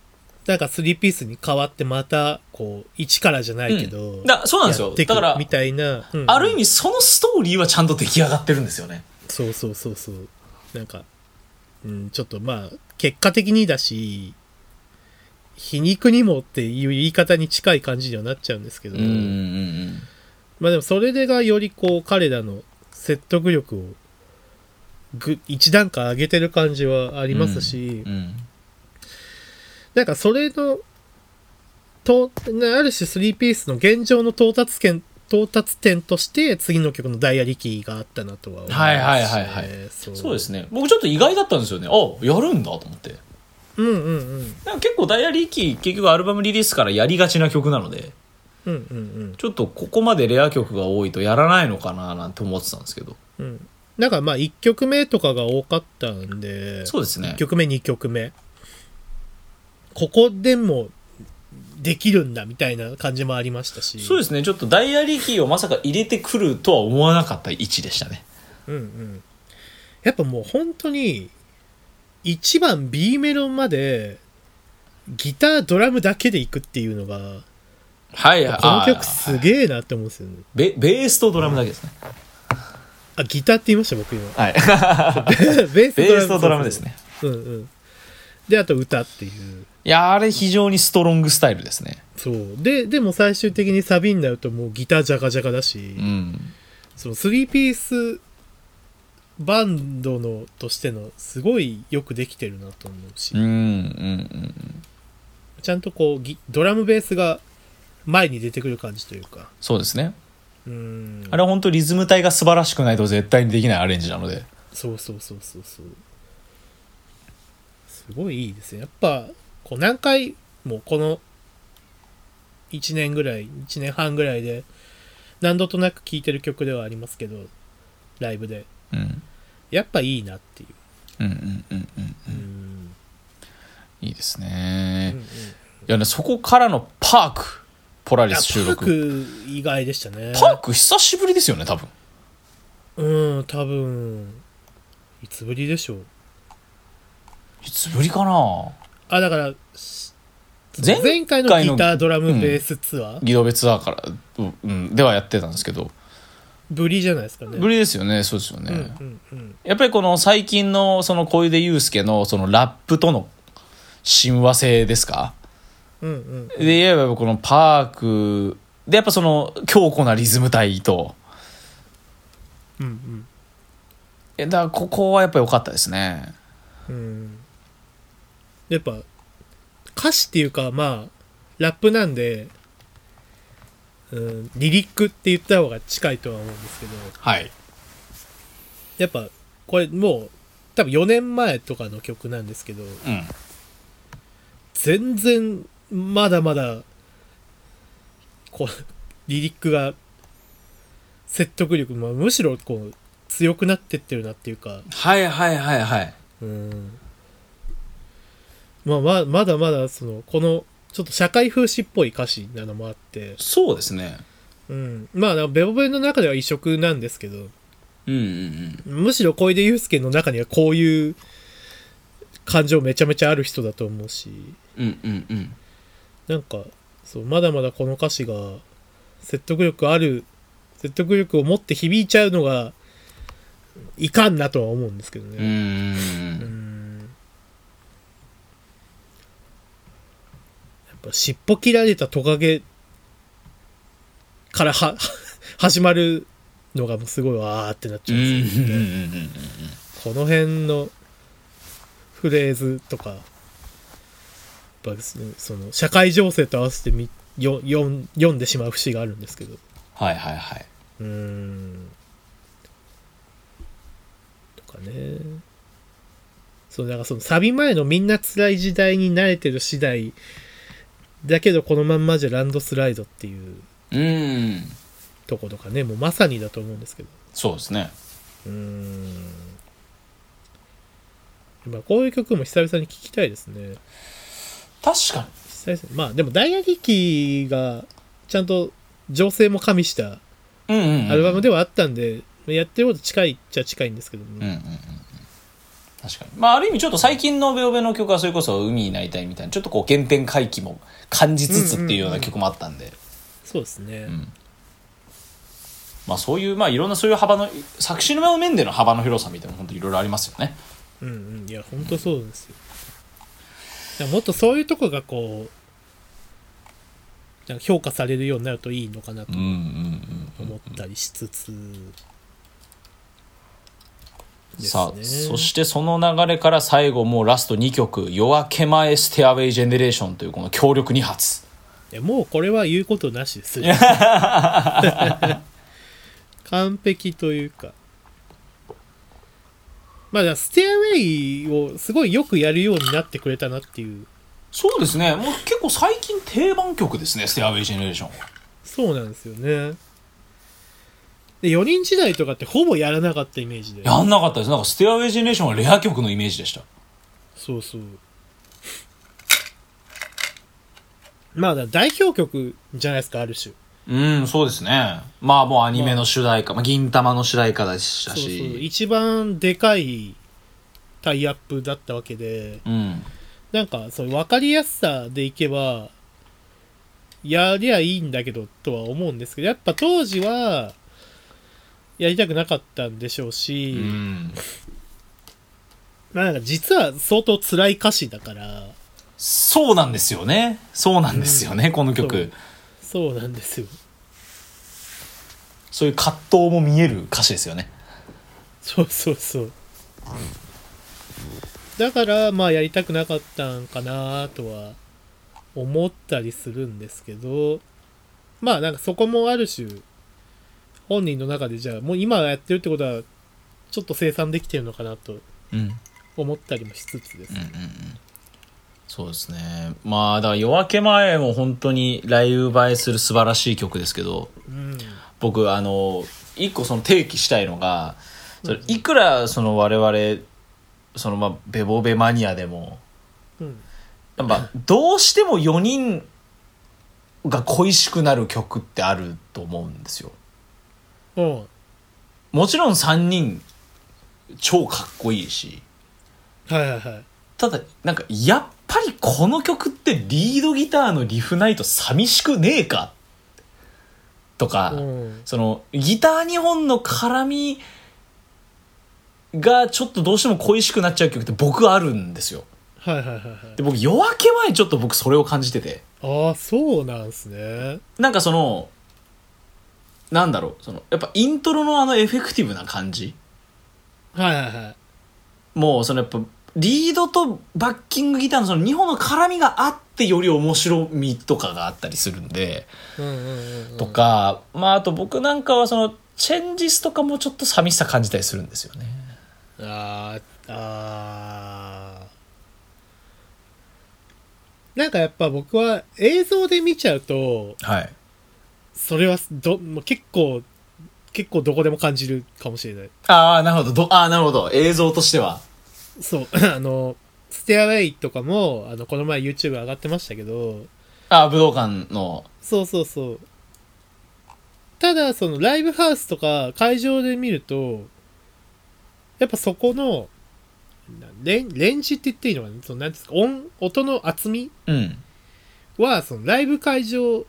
なんか3ピースに変わってまたこう一からじゃないけど、 そうなんですよ。だからみたいな、 ある意味そのストーリーはちゃんと出来上がってるんですよね。 そうなんか、ちょっとまあ結果的にだし皮肉にもっていう言い方に近い感じにはなっちゃうんですけど、まあでもそれでがよりこう彼らの説得力を一段階上げてる感じはありますし、なんかそれのある種3ピースの現状の到達点として次の曲のダイヤリキーがあったなとは思います、ね。はい。 そうですね。僕ちょっと意外だったんですよね。やるんだと思って。なんか結構ダイヤリキー結局アルバムリリースからやりがちな曲なので、ちょっとここまでレア曲が多いとやらないのかななんて思ってたんですけど。 なんかまあ1曲目とかが多かったんで、 そうですね。 1曲目2曲目。ここでもできるんだみたいな感じもありましたし、 そうですね。ちょっとダイヤリキーをまさか入れてくるとは思わなかった位置でしたね。 やっぱもう本当に1番 B メロまでギタードラムだけでいくっていうのが、この曲すげえなって思うんですよね。 ベースとドラムだけですね。 ギターって言いました僕今。 はい。 ベースとドラムですね。 であと歌っていう。 いやあれ非常にストロングスタイルですね。 そうでも最終的にサビになるともうギタージャカジャカだし、その3ピースバンドのとしてのすごいよくできてるなと思うし、ちゃんとこうドラムベースが前に出てくる感じというか。 そうですね。あれは本当リズム体が素晴らしくないと絶対にできないアレンジなので。 そうすごいいいですね。やっぱこう何回もこの1年半ぐらいで何度となく聴いてる曲ではありますけど、ライブで、やっぱいいなっていう。 いいですね。いやね、そこからのパークポラリス収録。 パーク意外でしたね。 パーク久しぶりですよね多分。 多分いつぶりでしょう。 いつぶりかな。 だから前回のギタードラムベースツアー、 ギドベツアーから、ではやってたんですけど、 ぶりじゃないですかね。 ぶりですよね。そうですよね。やっぱりこの最近のその小出祐介のそのラップとの親和性ですか。で言えばこのパークでやっぱその強固なリズム体と、だからここはやっぱ良かったですね。 やっぱ歌詞っていうかまあラップなんで、リリックって言った方が近いとは思うんですけど、やっぱこれもう多分4年前とかの曲なんですけど、全然まだまだこうリリックが説得力、むしろこう強くなってってるなっていうか、まだまだこのちょっと社会風刺っぽい歌詞なのもあって、 そうですね。 ベボベの中では異色なんですけど、むしろ小出祐介の中にはこういう感情めちゃめちゃある人だと思うし、なんかそうまだまだこの歌詞が説得力を持って響いちゃうのがいかんなとは思うんですけどね。やっぱ尻尾切られたトカゲから始まるのがもうすごいわーってなっちゃうんですよね。この辺のフレーズとかやっぱその社会情勢と合わせて読んでしまう節があるんですけど、とかね。だからそのサビ前のみんな辛い時代に慣れてる次第だけどこのまんまじゃランドスライドっていうとことかね、もうまさにだと思うんですけど。 そうですね。 こういう曲も久々に聴きたいですね。 確かに。でもダイヤリキーがちゃんと情勢も加味したアルバムではあったんで、やってること近いっちゃ近いんですけども、 確かに。まあ、ある意味ちょっと最近のベオベの曲はそれこそ海になりたいみたいな、ちょっとこう原点回帰も感じつつっていうような曲もあったんで。 そうですね。 まあそういう、まあいろんなそういう幅の、作詞の面での幅の広さみたいなのも本当いろいろありますよね。 いや、本当そうですよ。もっとそういうとこがこう、評価されるようになるといいのかなと思ったりしつつ。 さあ、そしてその流れから最後もうラスト2曲、夜明け前ステアウェイジェネレーションというこの強力2発。 いや、もうこれは言うことなしですよ。完璧というか。まあ、ステアウェイをすごいよくやるようになってくれたなっていう。 そうですね。もう結構最近定番曲ですね、ステアウェイジェネレーション。 そうなんですよね。で、4人時代とかってほぼやらなかったイメージで。 やんなかったです。なんかステアウェイジェネレーションはレア曲のイメージでした。 そうそう。まあ、代表曲じゃないですか、ある種。 そうですね。まあもうアニメの主題歌、銀玉の主題歌でしたし。 そうそう。一番でかいタイアップだったわけで、なんか、そういう分かりやすさでいけば、やりゃいいんだけど、とは思うんですけど、やっぱ当時は、やりたくなかったんでしょうし、まあなんか実は相当辛い歌詞だから。 そうなんですよね。そうなんですよね、この曲。 そうなんですよ。 そういう葛藤も見える歌詞ですよね。 そうそうそう。だからまあやりたくなかったんかなとは思ったりするんですけど、まあなんかそこもある種本人の中でじゃあもう今やってるってことはちょっと生産できてるのかなと思ったりもしつつですね。 そうですね。まあだから夜明け前も本当にライブ映えする素晴らしい曲ですけど、僕一個その提起したいのが、それいくらその我々そのまあベボベマニアでも、やっぱどうしても4人が恋しくなる曲ってあると思うんですよ。もちろん3人超かっこいいし、ただなんかやっぱりこの曲ってリードギターのリフないと寂しくねえかとか、そのギター2本の絡みがちょっとどうしても恋しくなっちゃう曲って僕あるんですよ。で僕夜明け前ちょっと僕それを感じてて、 ああそうなんすね。 なんかそのなんだろう、そのやっぱイントロのエフェクティブな感じ、もうそのやっぱリードとバッキングギターのその2本の絡みがあってより面白みとかがあったりするんで、とか、まああと僕なんかはそのチェンジスとかもちょっと寂しさ感じたりするんですよね。 なんかやっぱ僕は映像で見ちゃうと、それはもう結構どこでも感じるかもしれない。 なるほど。なるほど。映像としては。 そう。ステアウェイとかも、この前 YouTube 上がってましたけど。 武道館の。 そうそうそう。ただ、そのライブハウスとか会場で見ると、やっぱそこの、レンジって言っていいのかな、そのなんですか、音の厚みは、そのライブ会場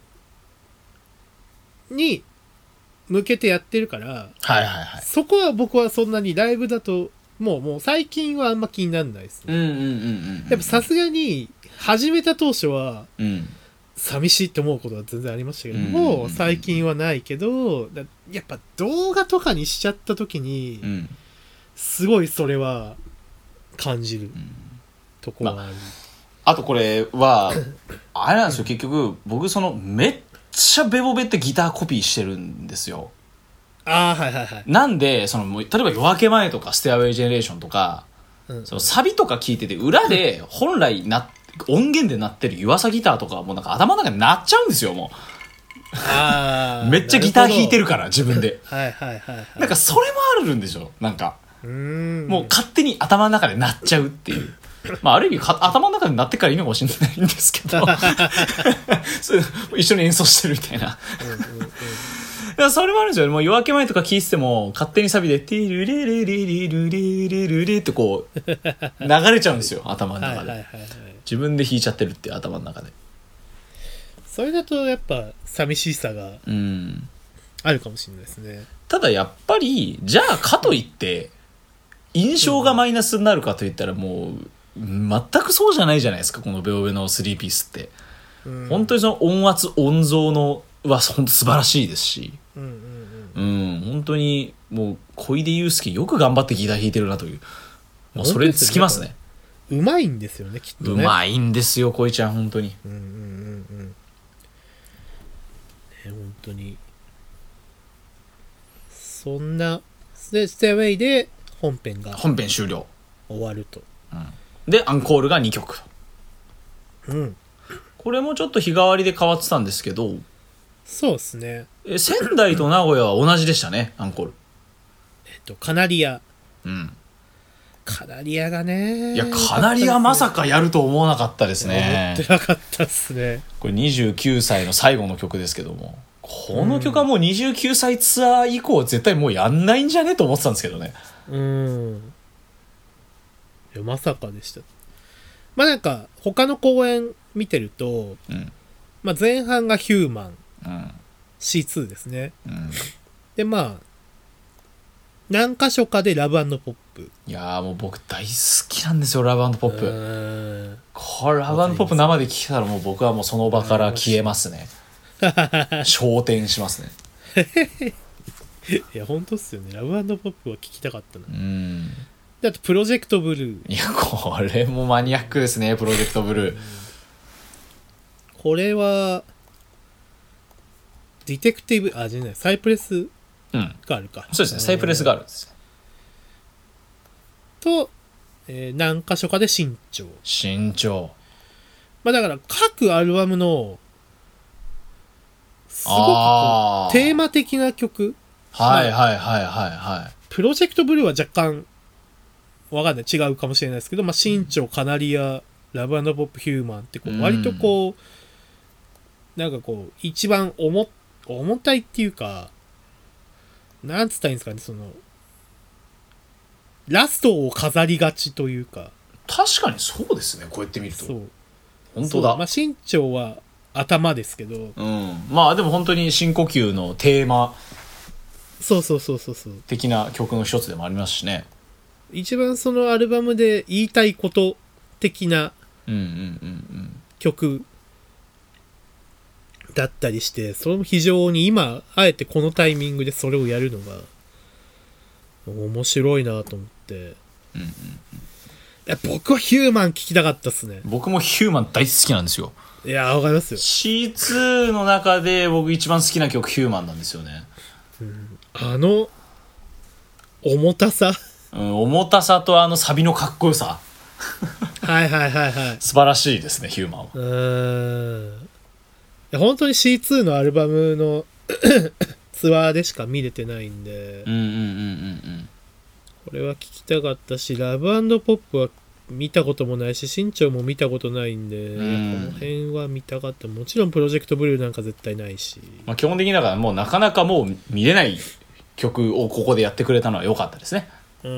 に向けてやってるから、そこは僕はそんなにライブだともう最近はあんま気にならないですね。やっぱさすがに始めた当初は寂しいって思うことは全然ありましたけども、最近はないけど、やっぱ動画とかにしちゃった時にすごいそれは感じるところがある。 あとこれはあれなんですよ、結局僕そのめっちゃベボベってギターコピーしてるんですよ。なんでその例えば夜明け前とかステアウェイジェネレーションとか、そのサビとか聞いてて裏で本来音源で鳴ってる湯浅ギターとかもうなんか頭の中で鳴っちゃうんですよ。もうめっちゃギター弾いてるから自分でなんかそれもあるんでしょ。なんかもう勝手に頭の中で鳴っちゃうっていうまあある意味頭の中で鳴ってからいいのかもしれないんですけどそれ一緒に演奏してるみたいなやそれもあるんですよ。もう夜明け前とか聞いてても、勝手にサビで、ティルレレレレルレレルレってこう、流れちゃうんですよ、頭の中で。自分で弾いちゃってるっていう頭の中で。 それだとやっぱ寂しさがあるかもしれないですね。 ただやっぱり、じゃあかといって、印象がマイナスになるかといったらもう、全くそうじゃないじゃないですか、このベオベの3ピースって。本当にその音圧音像のは本当素晴らしいですし、本当にもう小出祐介よく頑張ってギター弾いてるなという、もうそれにつきますね。 うまいんですよね、きっとね。 うまいんですよ、小出ちゃん本当に。 本当に。そんなでステイウェイで本編終了終わると。 でアンコールが2曲。これもちょっと日替わりで変わってたんですけど、 そうですね。 仙台と名古屋は同じでしたね、アンコール。 カナリア。カナリアがね。 いや、カナリアまさかやると思わなかったですね。 思ってなかったっすね。 これ29歳の最後の曲ですけども、この曲はもう29歳ツアー以降絶対もうやんないんじゃねと思ってたんですけどね。 いやまさかでした。まあなんか他の公演見てると、まあ前半がヒューマン、C2 ですね。でまあ何箇所かでラブ&ポップ。 いやーもう僕大好きなんですよ、ラブ&ポップ。これラブ&ポップ生で聴けたらもう僕はもうその場から消えますね。昇天しますね。 いや本当っすよね。ラブ&ポップは聴きたかったな。であとプロジェクトブルー。 いやこれもマニアックですね、プロジェクトブルー。 これはディテクティブじゃないサイプレスガールか。 そうですね、サイプレスガールです。 と、何箇所かで新潮。まあだから各アルバムのすごくこうテーマ的な曲。プロジェクトブルーは若干わかんない、違うかもしれないですけど、まあ新潮、カナリア、ラブ&ポップ、ヒューマンってこう割とこうなんかこう一番重たいっていうか、なんつったらいいんですかね、そのラストを飾りがちというか。 確かにそうですね、こうやって見ると。 そう本当だ。 まあ新潮は頭ですけど、 まあでも本当に深呼吸のテーマそう的な曲の一つでもありますしね。 一番そのアルバムで言いたいこと的な曲だったりして、それも非常に今あえてこのタイミングでそれをやるのが面白いなと思って、いや僕はヒューマン聞きたかったっすね。 僕もヒューマン大好きなんですよ。 いやわかりますよ。 C2 の中で僕一番好きな曲ヒューマンなんですよね。 重たさ、 重たさとサビのかっこよさはい素晴らしいですね、ヒューマンは。 いや本当に C2 のアルバムのツアーでしか見れてないんで、これは聞きたかったし、ラブ&ポップは見たこともないし、新潮も見たことないんで、この辺は見たかった。もちろんプロジェクトブルーなんか絶対ないし、 まあ、基本的にだからもうなかなかもう見れない曲をここでやってくれたのは良かったですね。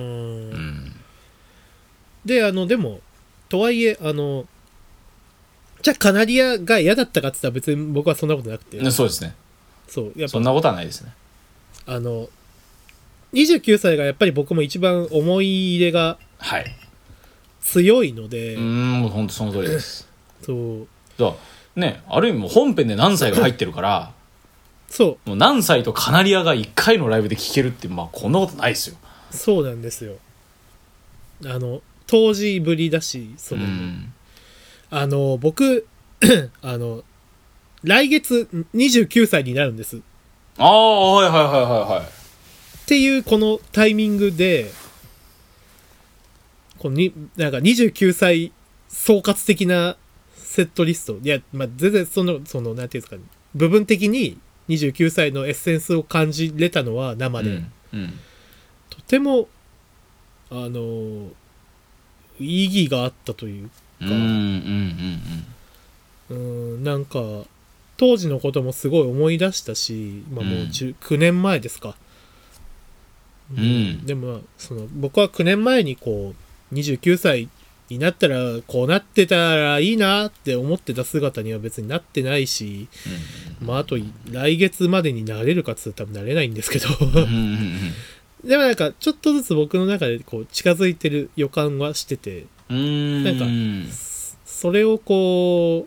ででもとはいえじゃあカナリアが嫌だったかって言ったら別に僕はそんなことなくて、 そうですね。 そうやっぱそんなことはないですね。 29歳がやっぱり僕も一番思い入れが強いので、 もう本当その通りです。 そうだね、ある意味もう本編で何歳が入ってるからそうもう何歳とカナリアが1回のライブで聴けるって、まあこんなことないですよ。 そうなんですよ。当時ぶりだし、それ僕来月29歳になるんです。っていうこのタイミングでなんか29歳総括的なセットリスト、いや、まあ、全然そのなんていうんですかね、部分的に29歳のエッセンスを感じれたのは生で、とても意義があったというか、なんか当時のこともすごい思い出したし、まあ、もう9年前ですか。でも僕は9年前にこう29歳になったらこうなってたらいいなって思ってた姿には別になってないし、まああと来月までになれるかっつったら多分なれないんですけどでもなんかちょっとずつ僕の中でこう近づいてる予感はしてて、なんかそれをこ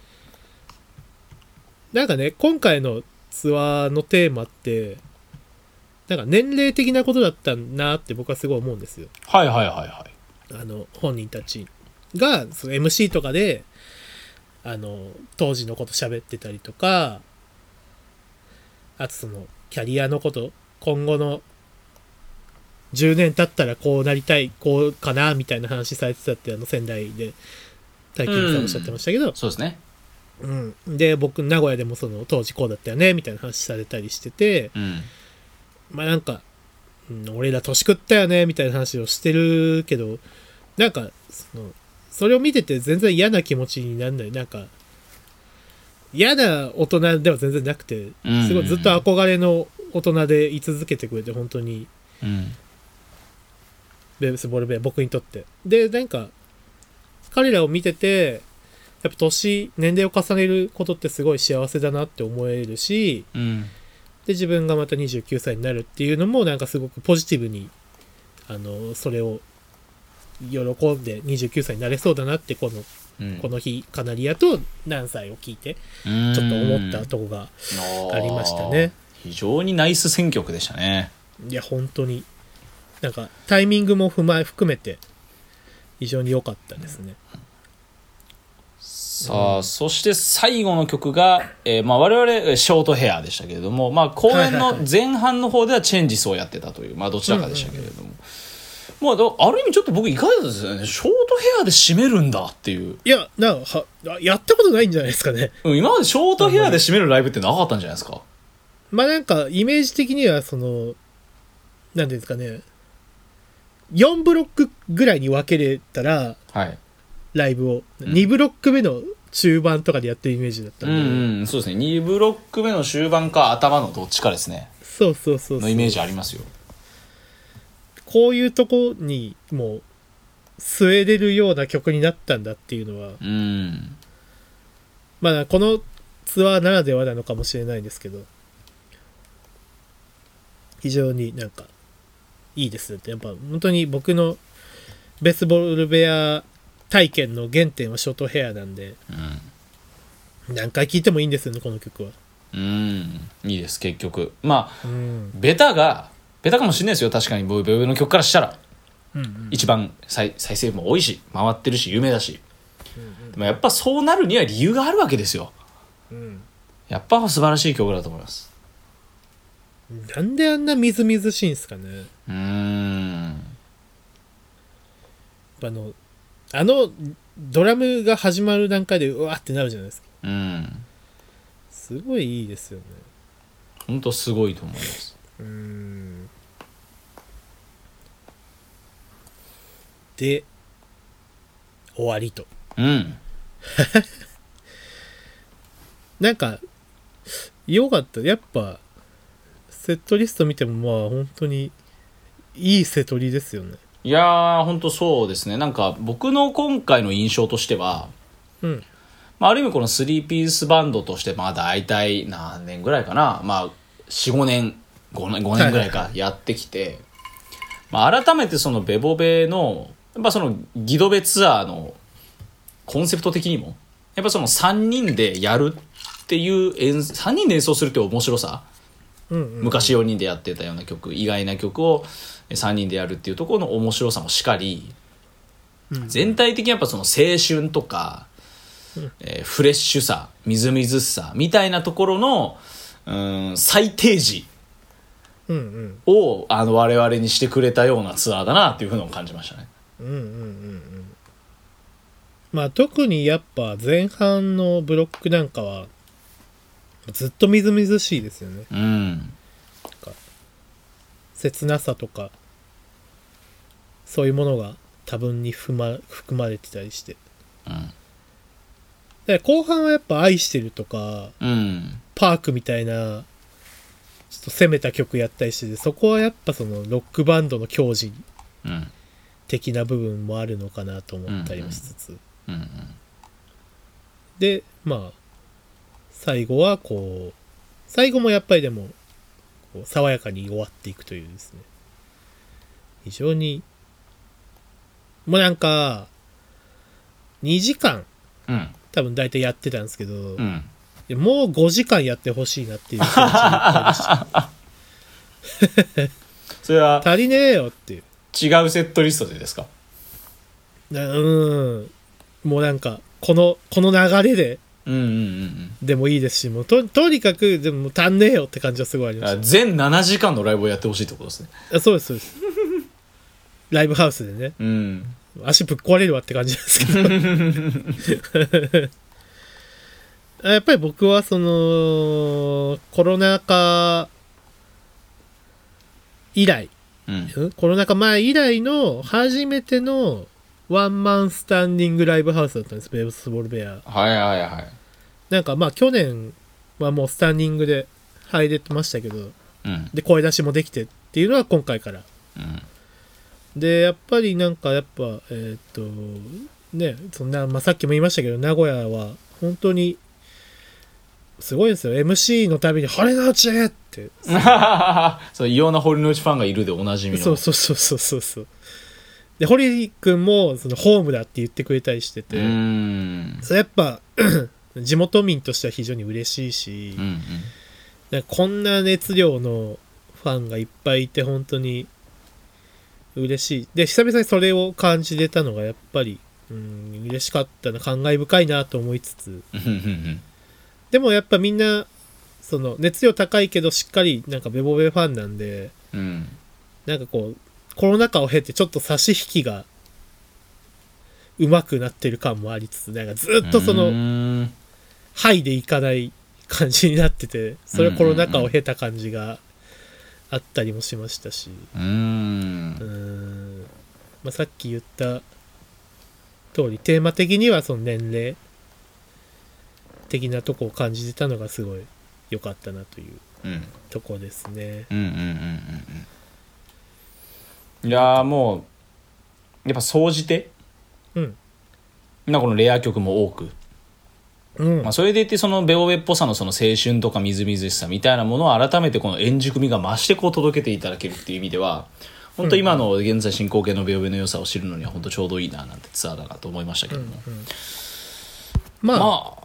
うなんかね、今回のツアーのテーマってなんか年齢的なことだったなって僕はすごい思うんですよ。 はいはいはいはい。 本人たちがその MC とかで当時のこと喋ってたりとか、あとそのキャリアのこと、今後の10年経ったらこうなりたい、こうかなみたいな話されてたって仙台で大金さんおっしゃってましたけど、 そうですね。 で僕名古屋でもその当時こうだったよねみたいな話されたりしてて、まあなんか、俺ら年食ったよねみたいな話をしてるけど、なんかそれを見てて全然嫌な気持ちにならない。なんか嫌な大人では全然なくて、すごいずっと憧れの大人で居続けてくれて本当に、ベースボールベア僕にとってで、なんか彼らを見ててやっぱ年齢を重ねることってすごい幸せだなって思えるし、で自分がまた29歳になるっていうのもなんかすごくポジティブにそれを喜んで29歳になれそうだなってこの日カナリアと何歳を聞いてちょっと思ったとこがありましたね。 非常にナイス選曲でしたね。 いや本当になんかタイミングも含めて非常に良かったですね。 さあ、そして最後の曲が、まあ、我々ショートヘアでしたけれども、まあ、公演の前半の方ではチェンジスをやってたという、まあ、どちらかでしたけれども、まあ、ある意味ちょっと僕意外だったですよね。ショートヘアで締めるんだっていう。 いやなんかやったことないんじゃないですかね。 今までショートヘアで締めるライブってなかったんじゃないですか。 まあなんかイメージ的にはなんていうんですかね、4ブロックぐらいに分けれたら、 はい、 ライブを、2ブロック目の中盤とかでやってるイメージだったんで、 そうですね。2ブロック目の終盤か頭のどっちかですね。 そうのイメージありますよ。 こういうとこにもう据えれるような曲になったんだっていうのは、まあこのツアーならではなのかもしれないですけど、非常になんかいいですって。やっぱ本当に僕のベースボールベア体験の原点はショートヘアなんで、何回聴いてもいいんですよねこの曲は。 いいです結局。まあ、ベタかもしれないですよ。確かにボイベの曲からしたら、一番再生も多いし回ってるし有名だし、でもやっぱそうなるには理由があるわけですよ。やっぱ素晴らしい曲だと思います。 なんであんなみずみずしいんすかね。ドラムが始まる段階でうわってなるじゃないですか。すごいいいですよね。 ほんとすごいと思います。 で終わりと。なんかよかった。やっぱセットリスト見てもまあ本当にいいセトリですよね。 いやー本当そうですね。なんか僕の今回の印象としては、まあ、ある意味この3ピースバンドとしてまあ大体何年ぐらいかな、まあ 4,5 年5年ぐらいかやってきて、まあ、改めてそのベボベのやっぱそのギドベツアーのコンセプト的にもやっぱその3人でやるっていう3人で演奏するっていう面白さ、昔4人でやってたような曲、意外な曲を3人でやるっていうところの面白さもしかり、全体的にやっぱその青春とか、フレッシュさみずみずしさみたいなところの最低時を我々にしてくれたようなツアーだなっていうふうにも感じましたね。 まあ特にやっぱ前半のブロックなんかはずっとみずみずしいですよね。切なさとかそういうものが多分に含まれてたりして、 で後半はやっぱ愛してるとか、 うん、 パークみたいなちょっと攻めた曲やったりしてて、そこはやっぱそのロックバンドの矜持的な部分もあるのかなと思ったりもしつつ、 うんうん、 でまあ最後はこう最後もやっぱりでもこう爽やかに終わっていくというですね、非常にもうなんか2時間、うん、多分大体やってたんですけど、うん、もう5時間やってほしいなっていう気持ちでしたそれは足りねえよっていう、 違うセットリストでですか？ もうなんかこの流れででもいいですし、もう とにかくでも足んねえよって感じはすごいありました。 全7時間のライブをやってほしいってことですね。 そうですそうですライブハウスでね、うん、足ぶっ壊れるわって感じですけどやっぱり僕はそのコロナ禍以来、うん、コロナ禍前以来の初めてのワンマンスタンディングライブハウスだったんです、ベースボールベア。 はいはいはい。 なんかまあ去年はもうスタンディングで入れてましたけど、うん、で声出しもできてっていうのは今回から、うん、でやっぱりなんかやっぱね、そんな、まあ、さっきも言いましたけど名古屋は本当にすごいですよ。 MC のたびに堀之内ってそう異様な堀之内ファンがいるでおなじみの。 そうで堀君もそのホームだって言ってくれたりしてて、それやっぱ地元民としては非常に嬉しいし、うんうん、なんかこんな熱量のファンがいっぱいいて本当に嬉しい。で久々にそれを感じれたのがやっぱり嬉しかったな、感慨深いなと思いつつでもやっぱみんなその熱量高いけどしっかりなんかベボベファンなんで、うん、なんかこうコロナ禍を経てちょっと差し引きが上手くなってる感もありつつ、なんかずっとそのハイでいかない感じになってて、それはコロナ禍を経た感じがあったりもしましたし、まあ、さっき言った通りテーマ的にはその年齢的なとこを感じてたのがすごい良かったなというとこですね。 いやもうやっぱ総じて、うん、このレア曲も多く、うんまあ、それでいてそのベオベっぽさのその青春とかみずみずしさみたいなものを改めてこの円熟味が増してこう届けていただけるっていう意味では本当今の現在進行形のベオベの良さを知るのには本当ちょうどいいななんてツアーだなと思いましたけども、 まあ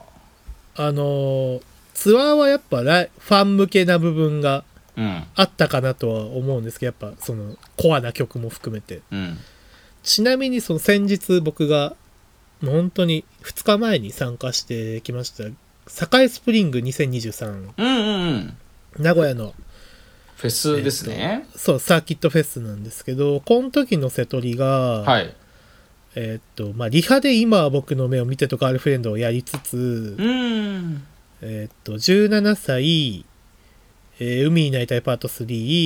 ツアーはやっぱファン向けな部分があったかなとは思うんですけど、やっぱそのコアな曲も含めて、ちなみにその先日僕がもう本当に2日前に参加してきました栄スプリング2023、名古屋のフェスですね、 そうサーキットフェスなんですけど、この時の瀬戸りが、はい、まあリハで今は僕の目を見てとガールフレンドをやりつつ、17歳、海になりたいパート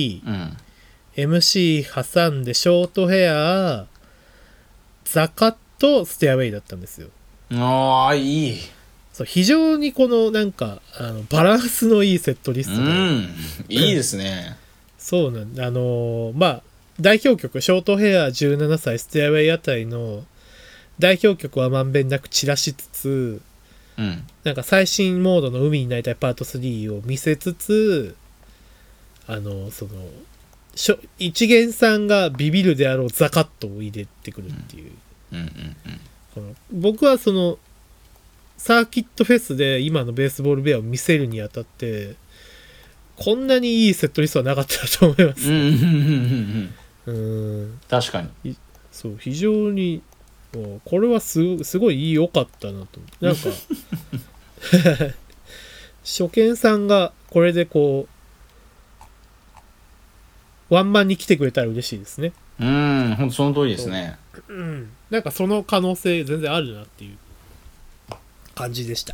3、MC 挟んでショートヘアザカットステアウェイだったんですよ。 ああいい。 そう非常にこのなんかバランスのいいセットリストで、 いいですね。 そうなんまあ代表曲ショートヘア17歳ステアウェイあたりの代表曲はまんべんなく散らしつつ、なんか最新モードの海になりたいパート3を見せつつ、その一元さんがビビるであろうザカットを入れてくるっていう、この僕はそのサーキットフェスで今のベースボールベアを見せるにあたってこんなにいいセットリストはなかったと思います。 確かにそう非常にこれはすごい良かったなと。なんか初見さんがこれでこうワンマンに来てくれたら嬉しいですね。 本当その通りですね。 なんかその可能性全然あるなっていう感じでした。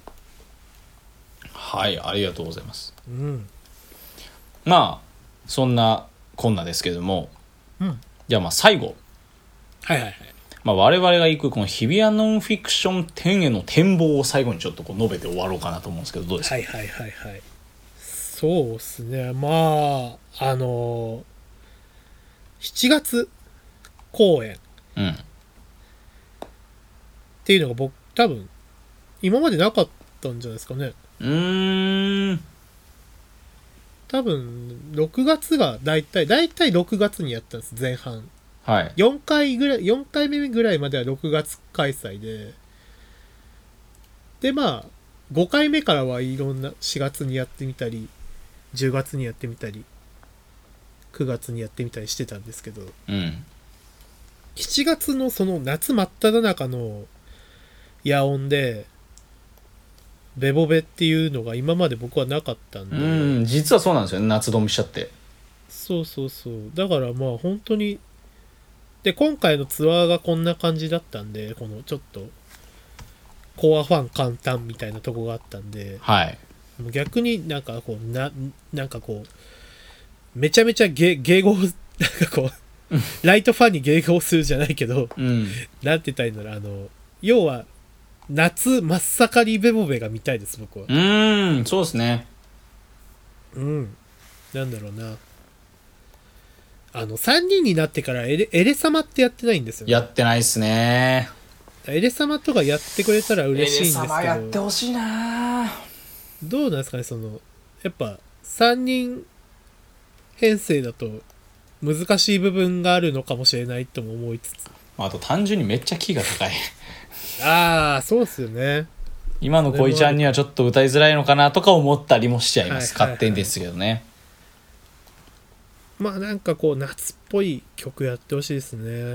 はいありがとうございます。まあそんなこんなですけども、じゃあまあ最後まあ、我々が行くこの日比谷ノンフィクション展への展望を最後にちょっとこう述べて終わろうかなと思うんですけど、どうですか？ はいはいはいはい。そうですね。まあ、7月公演うん。 っていうのが僕、多分、今までなかったんじゃないですかね。多分、6月がだいたい6月にやったんです、前半。 はい。 4回目ぐらいまでは6月開催で、で、まあ、5回目からはいろんな4月にやってみたり、10月にやってみたり、9月にやってみたりしてたんですけど、 うん。 7月のその夏真っ只中の野音で、ベボベっていうのが今まで僕はなかったんで、 実はそうなんですよね、夏ドミしちゃって。 そうそうそう。だからまあ本当に、で、今回のツアーがこんな感じだったんで、このちょっと、コアファン簡単みたいなとこがあったんで、 はい。 逆になんかこう、なんかこう、めちゃめちゃ迎合、なんかこう、ライトファンに迎合するじゃないけど、 うん。 なんて言ったらいいんだろう、要は、夏真っ盛りベボベが見たいです、僕は。 そうですね。 うん。なんだろうな。3人になってからエレ様ってやってないんですよね。 やってないっすね。 エレ様とかやってくれたら嬉しいんですけど。 エレ様やってほしいな。 どうなんですかね、やっぱ、3人編成だと難しい部分があるのかもしれないとも思いつつ。 あと単純にめっちゃキーが高い。 ああ、そうっすよね。 今の恋ちゃんにはちょっと歌いづらいのかなとか思ったりもしちゃいます。 はいはいはい勝手にですけどね。 まあなんかこう夏っぽい曲やってほしいですね。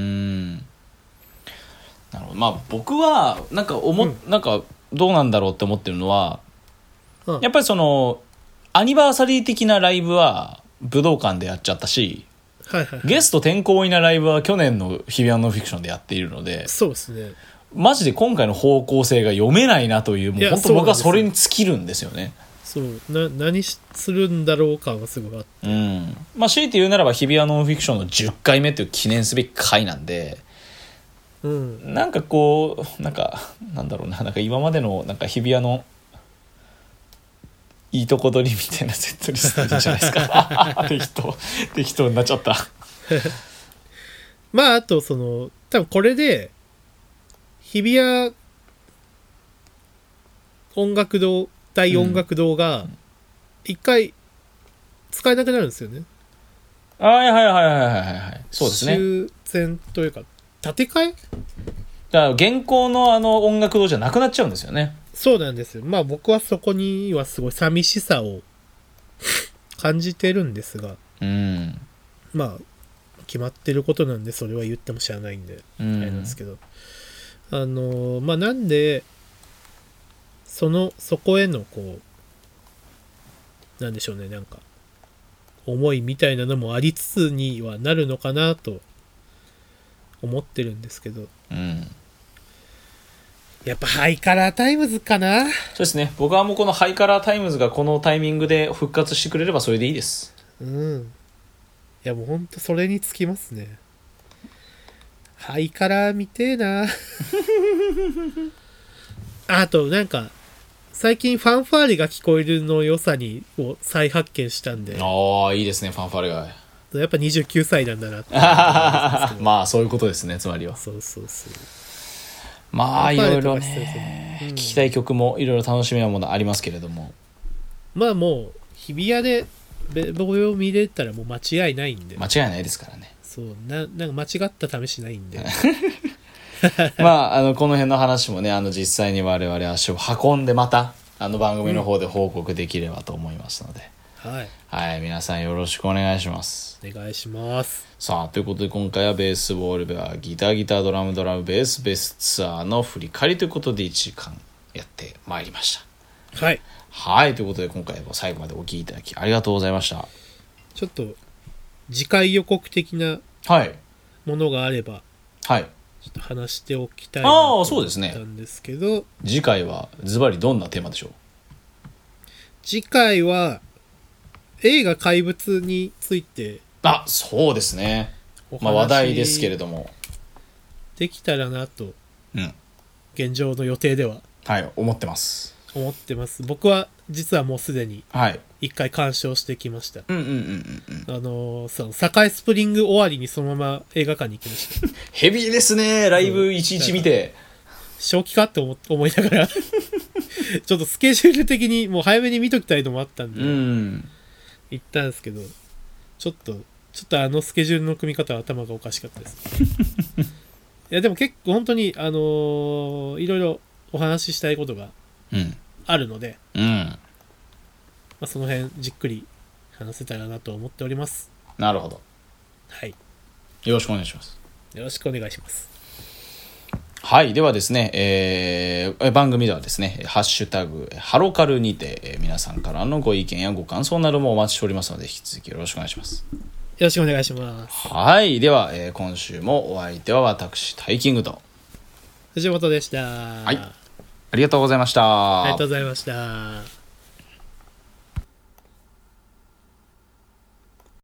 なるほど。まあ僕はなんかなんかどうなんだろうって思ってるのは、やっぱりそのアニバーサリー的なライブは武道館でやっちゃったし、 はいはいはい、 ゲスト転校いなライブは去年の日比谷ノンフィクションでやっているので、 そうですね。 マジで今回の方向性が読めないなという、もう本当僕はそれに尽きるんですよね。 そう、何するんだろう感はすごいあって。 まあ強いて言うならば日比谷ノンフィクションの10回目という記念すべき回なんで、なんかこう、なんだろうな、なんか今までのなんか日比谷のいいとこ取りみたいなセットリストじゃないですか。適当になっちゃった。 まああと多分これで日比谷音楽堂大音楽堂が一回使えなくなるんですよね。 はいはいはいはいはい。そうですね。 修繕というか建て替え？ だから現行の音楽堂じゃなくなっちゃうんですよね。 そうなんですよ。まあ僕はそこにはすごい寂しさを感じてるんですが、まあ決まってることなんでそれは言っても知らないんであれなんですけど、まあなんでそこへのこうなんでしょうね、なんか思いみたいなのもありつつにはなるのかなと思ってるんですけど、やっぱハイカラータイムズかな。 そうですね。僕はもうこのハイカラータイムズがこのタイミングで復活してくれればそれでいいです。 いやもうほんとそれにつきますね。ハイカラー見てえな。あとなんか最近ファンファーレが聞こえるの良さを再発見したんで。 ああ、いいですね、ファンファーレが。 やっぱ29歳なんだなってまあそういうことですね、つまりは。 そうそうそう。 まあいろいろね、聞きたい曲もいろいろ楽しみなものありますけれども、 まあもう日比谷でベボベを見れたらもう間違いないんで。 間違いないですからね。 そうなんか間違った試しないんで。 まあこの辺の話もね、実際に我々足を運んでまた番組の方で報告できればと思いますので、はい、皆さんよろしくお願いします。 お願いします。 さあということで今回はベースボールベアギタードラムベースツアーの振り返りということで1時間やってまいりました。はいということで今回も最後までお聴きいただきありがとうございました。 ちょっと次回予告的なものがあれば、ちょっと話しておきたいなと思ったんですけど、 次回はズバリどんなテーマでしょう？ 次回は映画怪物について。 そうですね。まあ話題ですけれども。 できたらなと、 うん。 現状の予定でははい、思ってます。 思ってます。僕は実はもうすでにはい。 一回鑑賞してきました。 うんうんうんうんうん。 その栄スプリング終わりにそのまま映画館に行きました。 ヘビーですね、ライブ1日見て。 正気かって思いながらちょっとスケジュール的にもう早めに見ときたいのもあったんで、 うん。 行ったんですけど、ちょっとあのスケジュールの組み方は頭がおかしかったです。いやでも結構本当にいろいろお話ししたいことがうん。 あるので、 うん。 まあ、その辺じっくり話せたらなと思っております。 なるほど。 はい。 よろしくお願いします。 よろしくお願いします。 はい。ではですね、番組ではですね、ハッシュタグ、ハロカルにて、皆さんからのご意見やご感想などもお待ちしておりますので、引き続きよろしくお願いします。 よろしくお願いします。 はい。では、今週もお相手は私、タイキングと。 藤本でした。 はい。ありがとうございました。 ありがとうございました。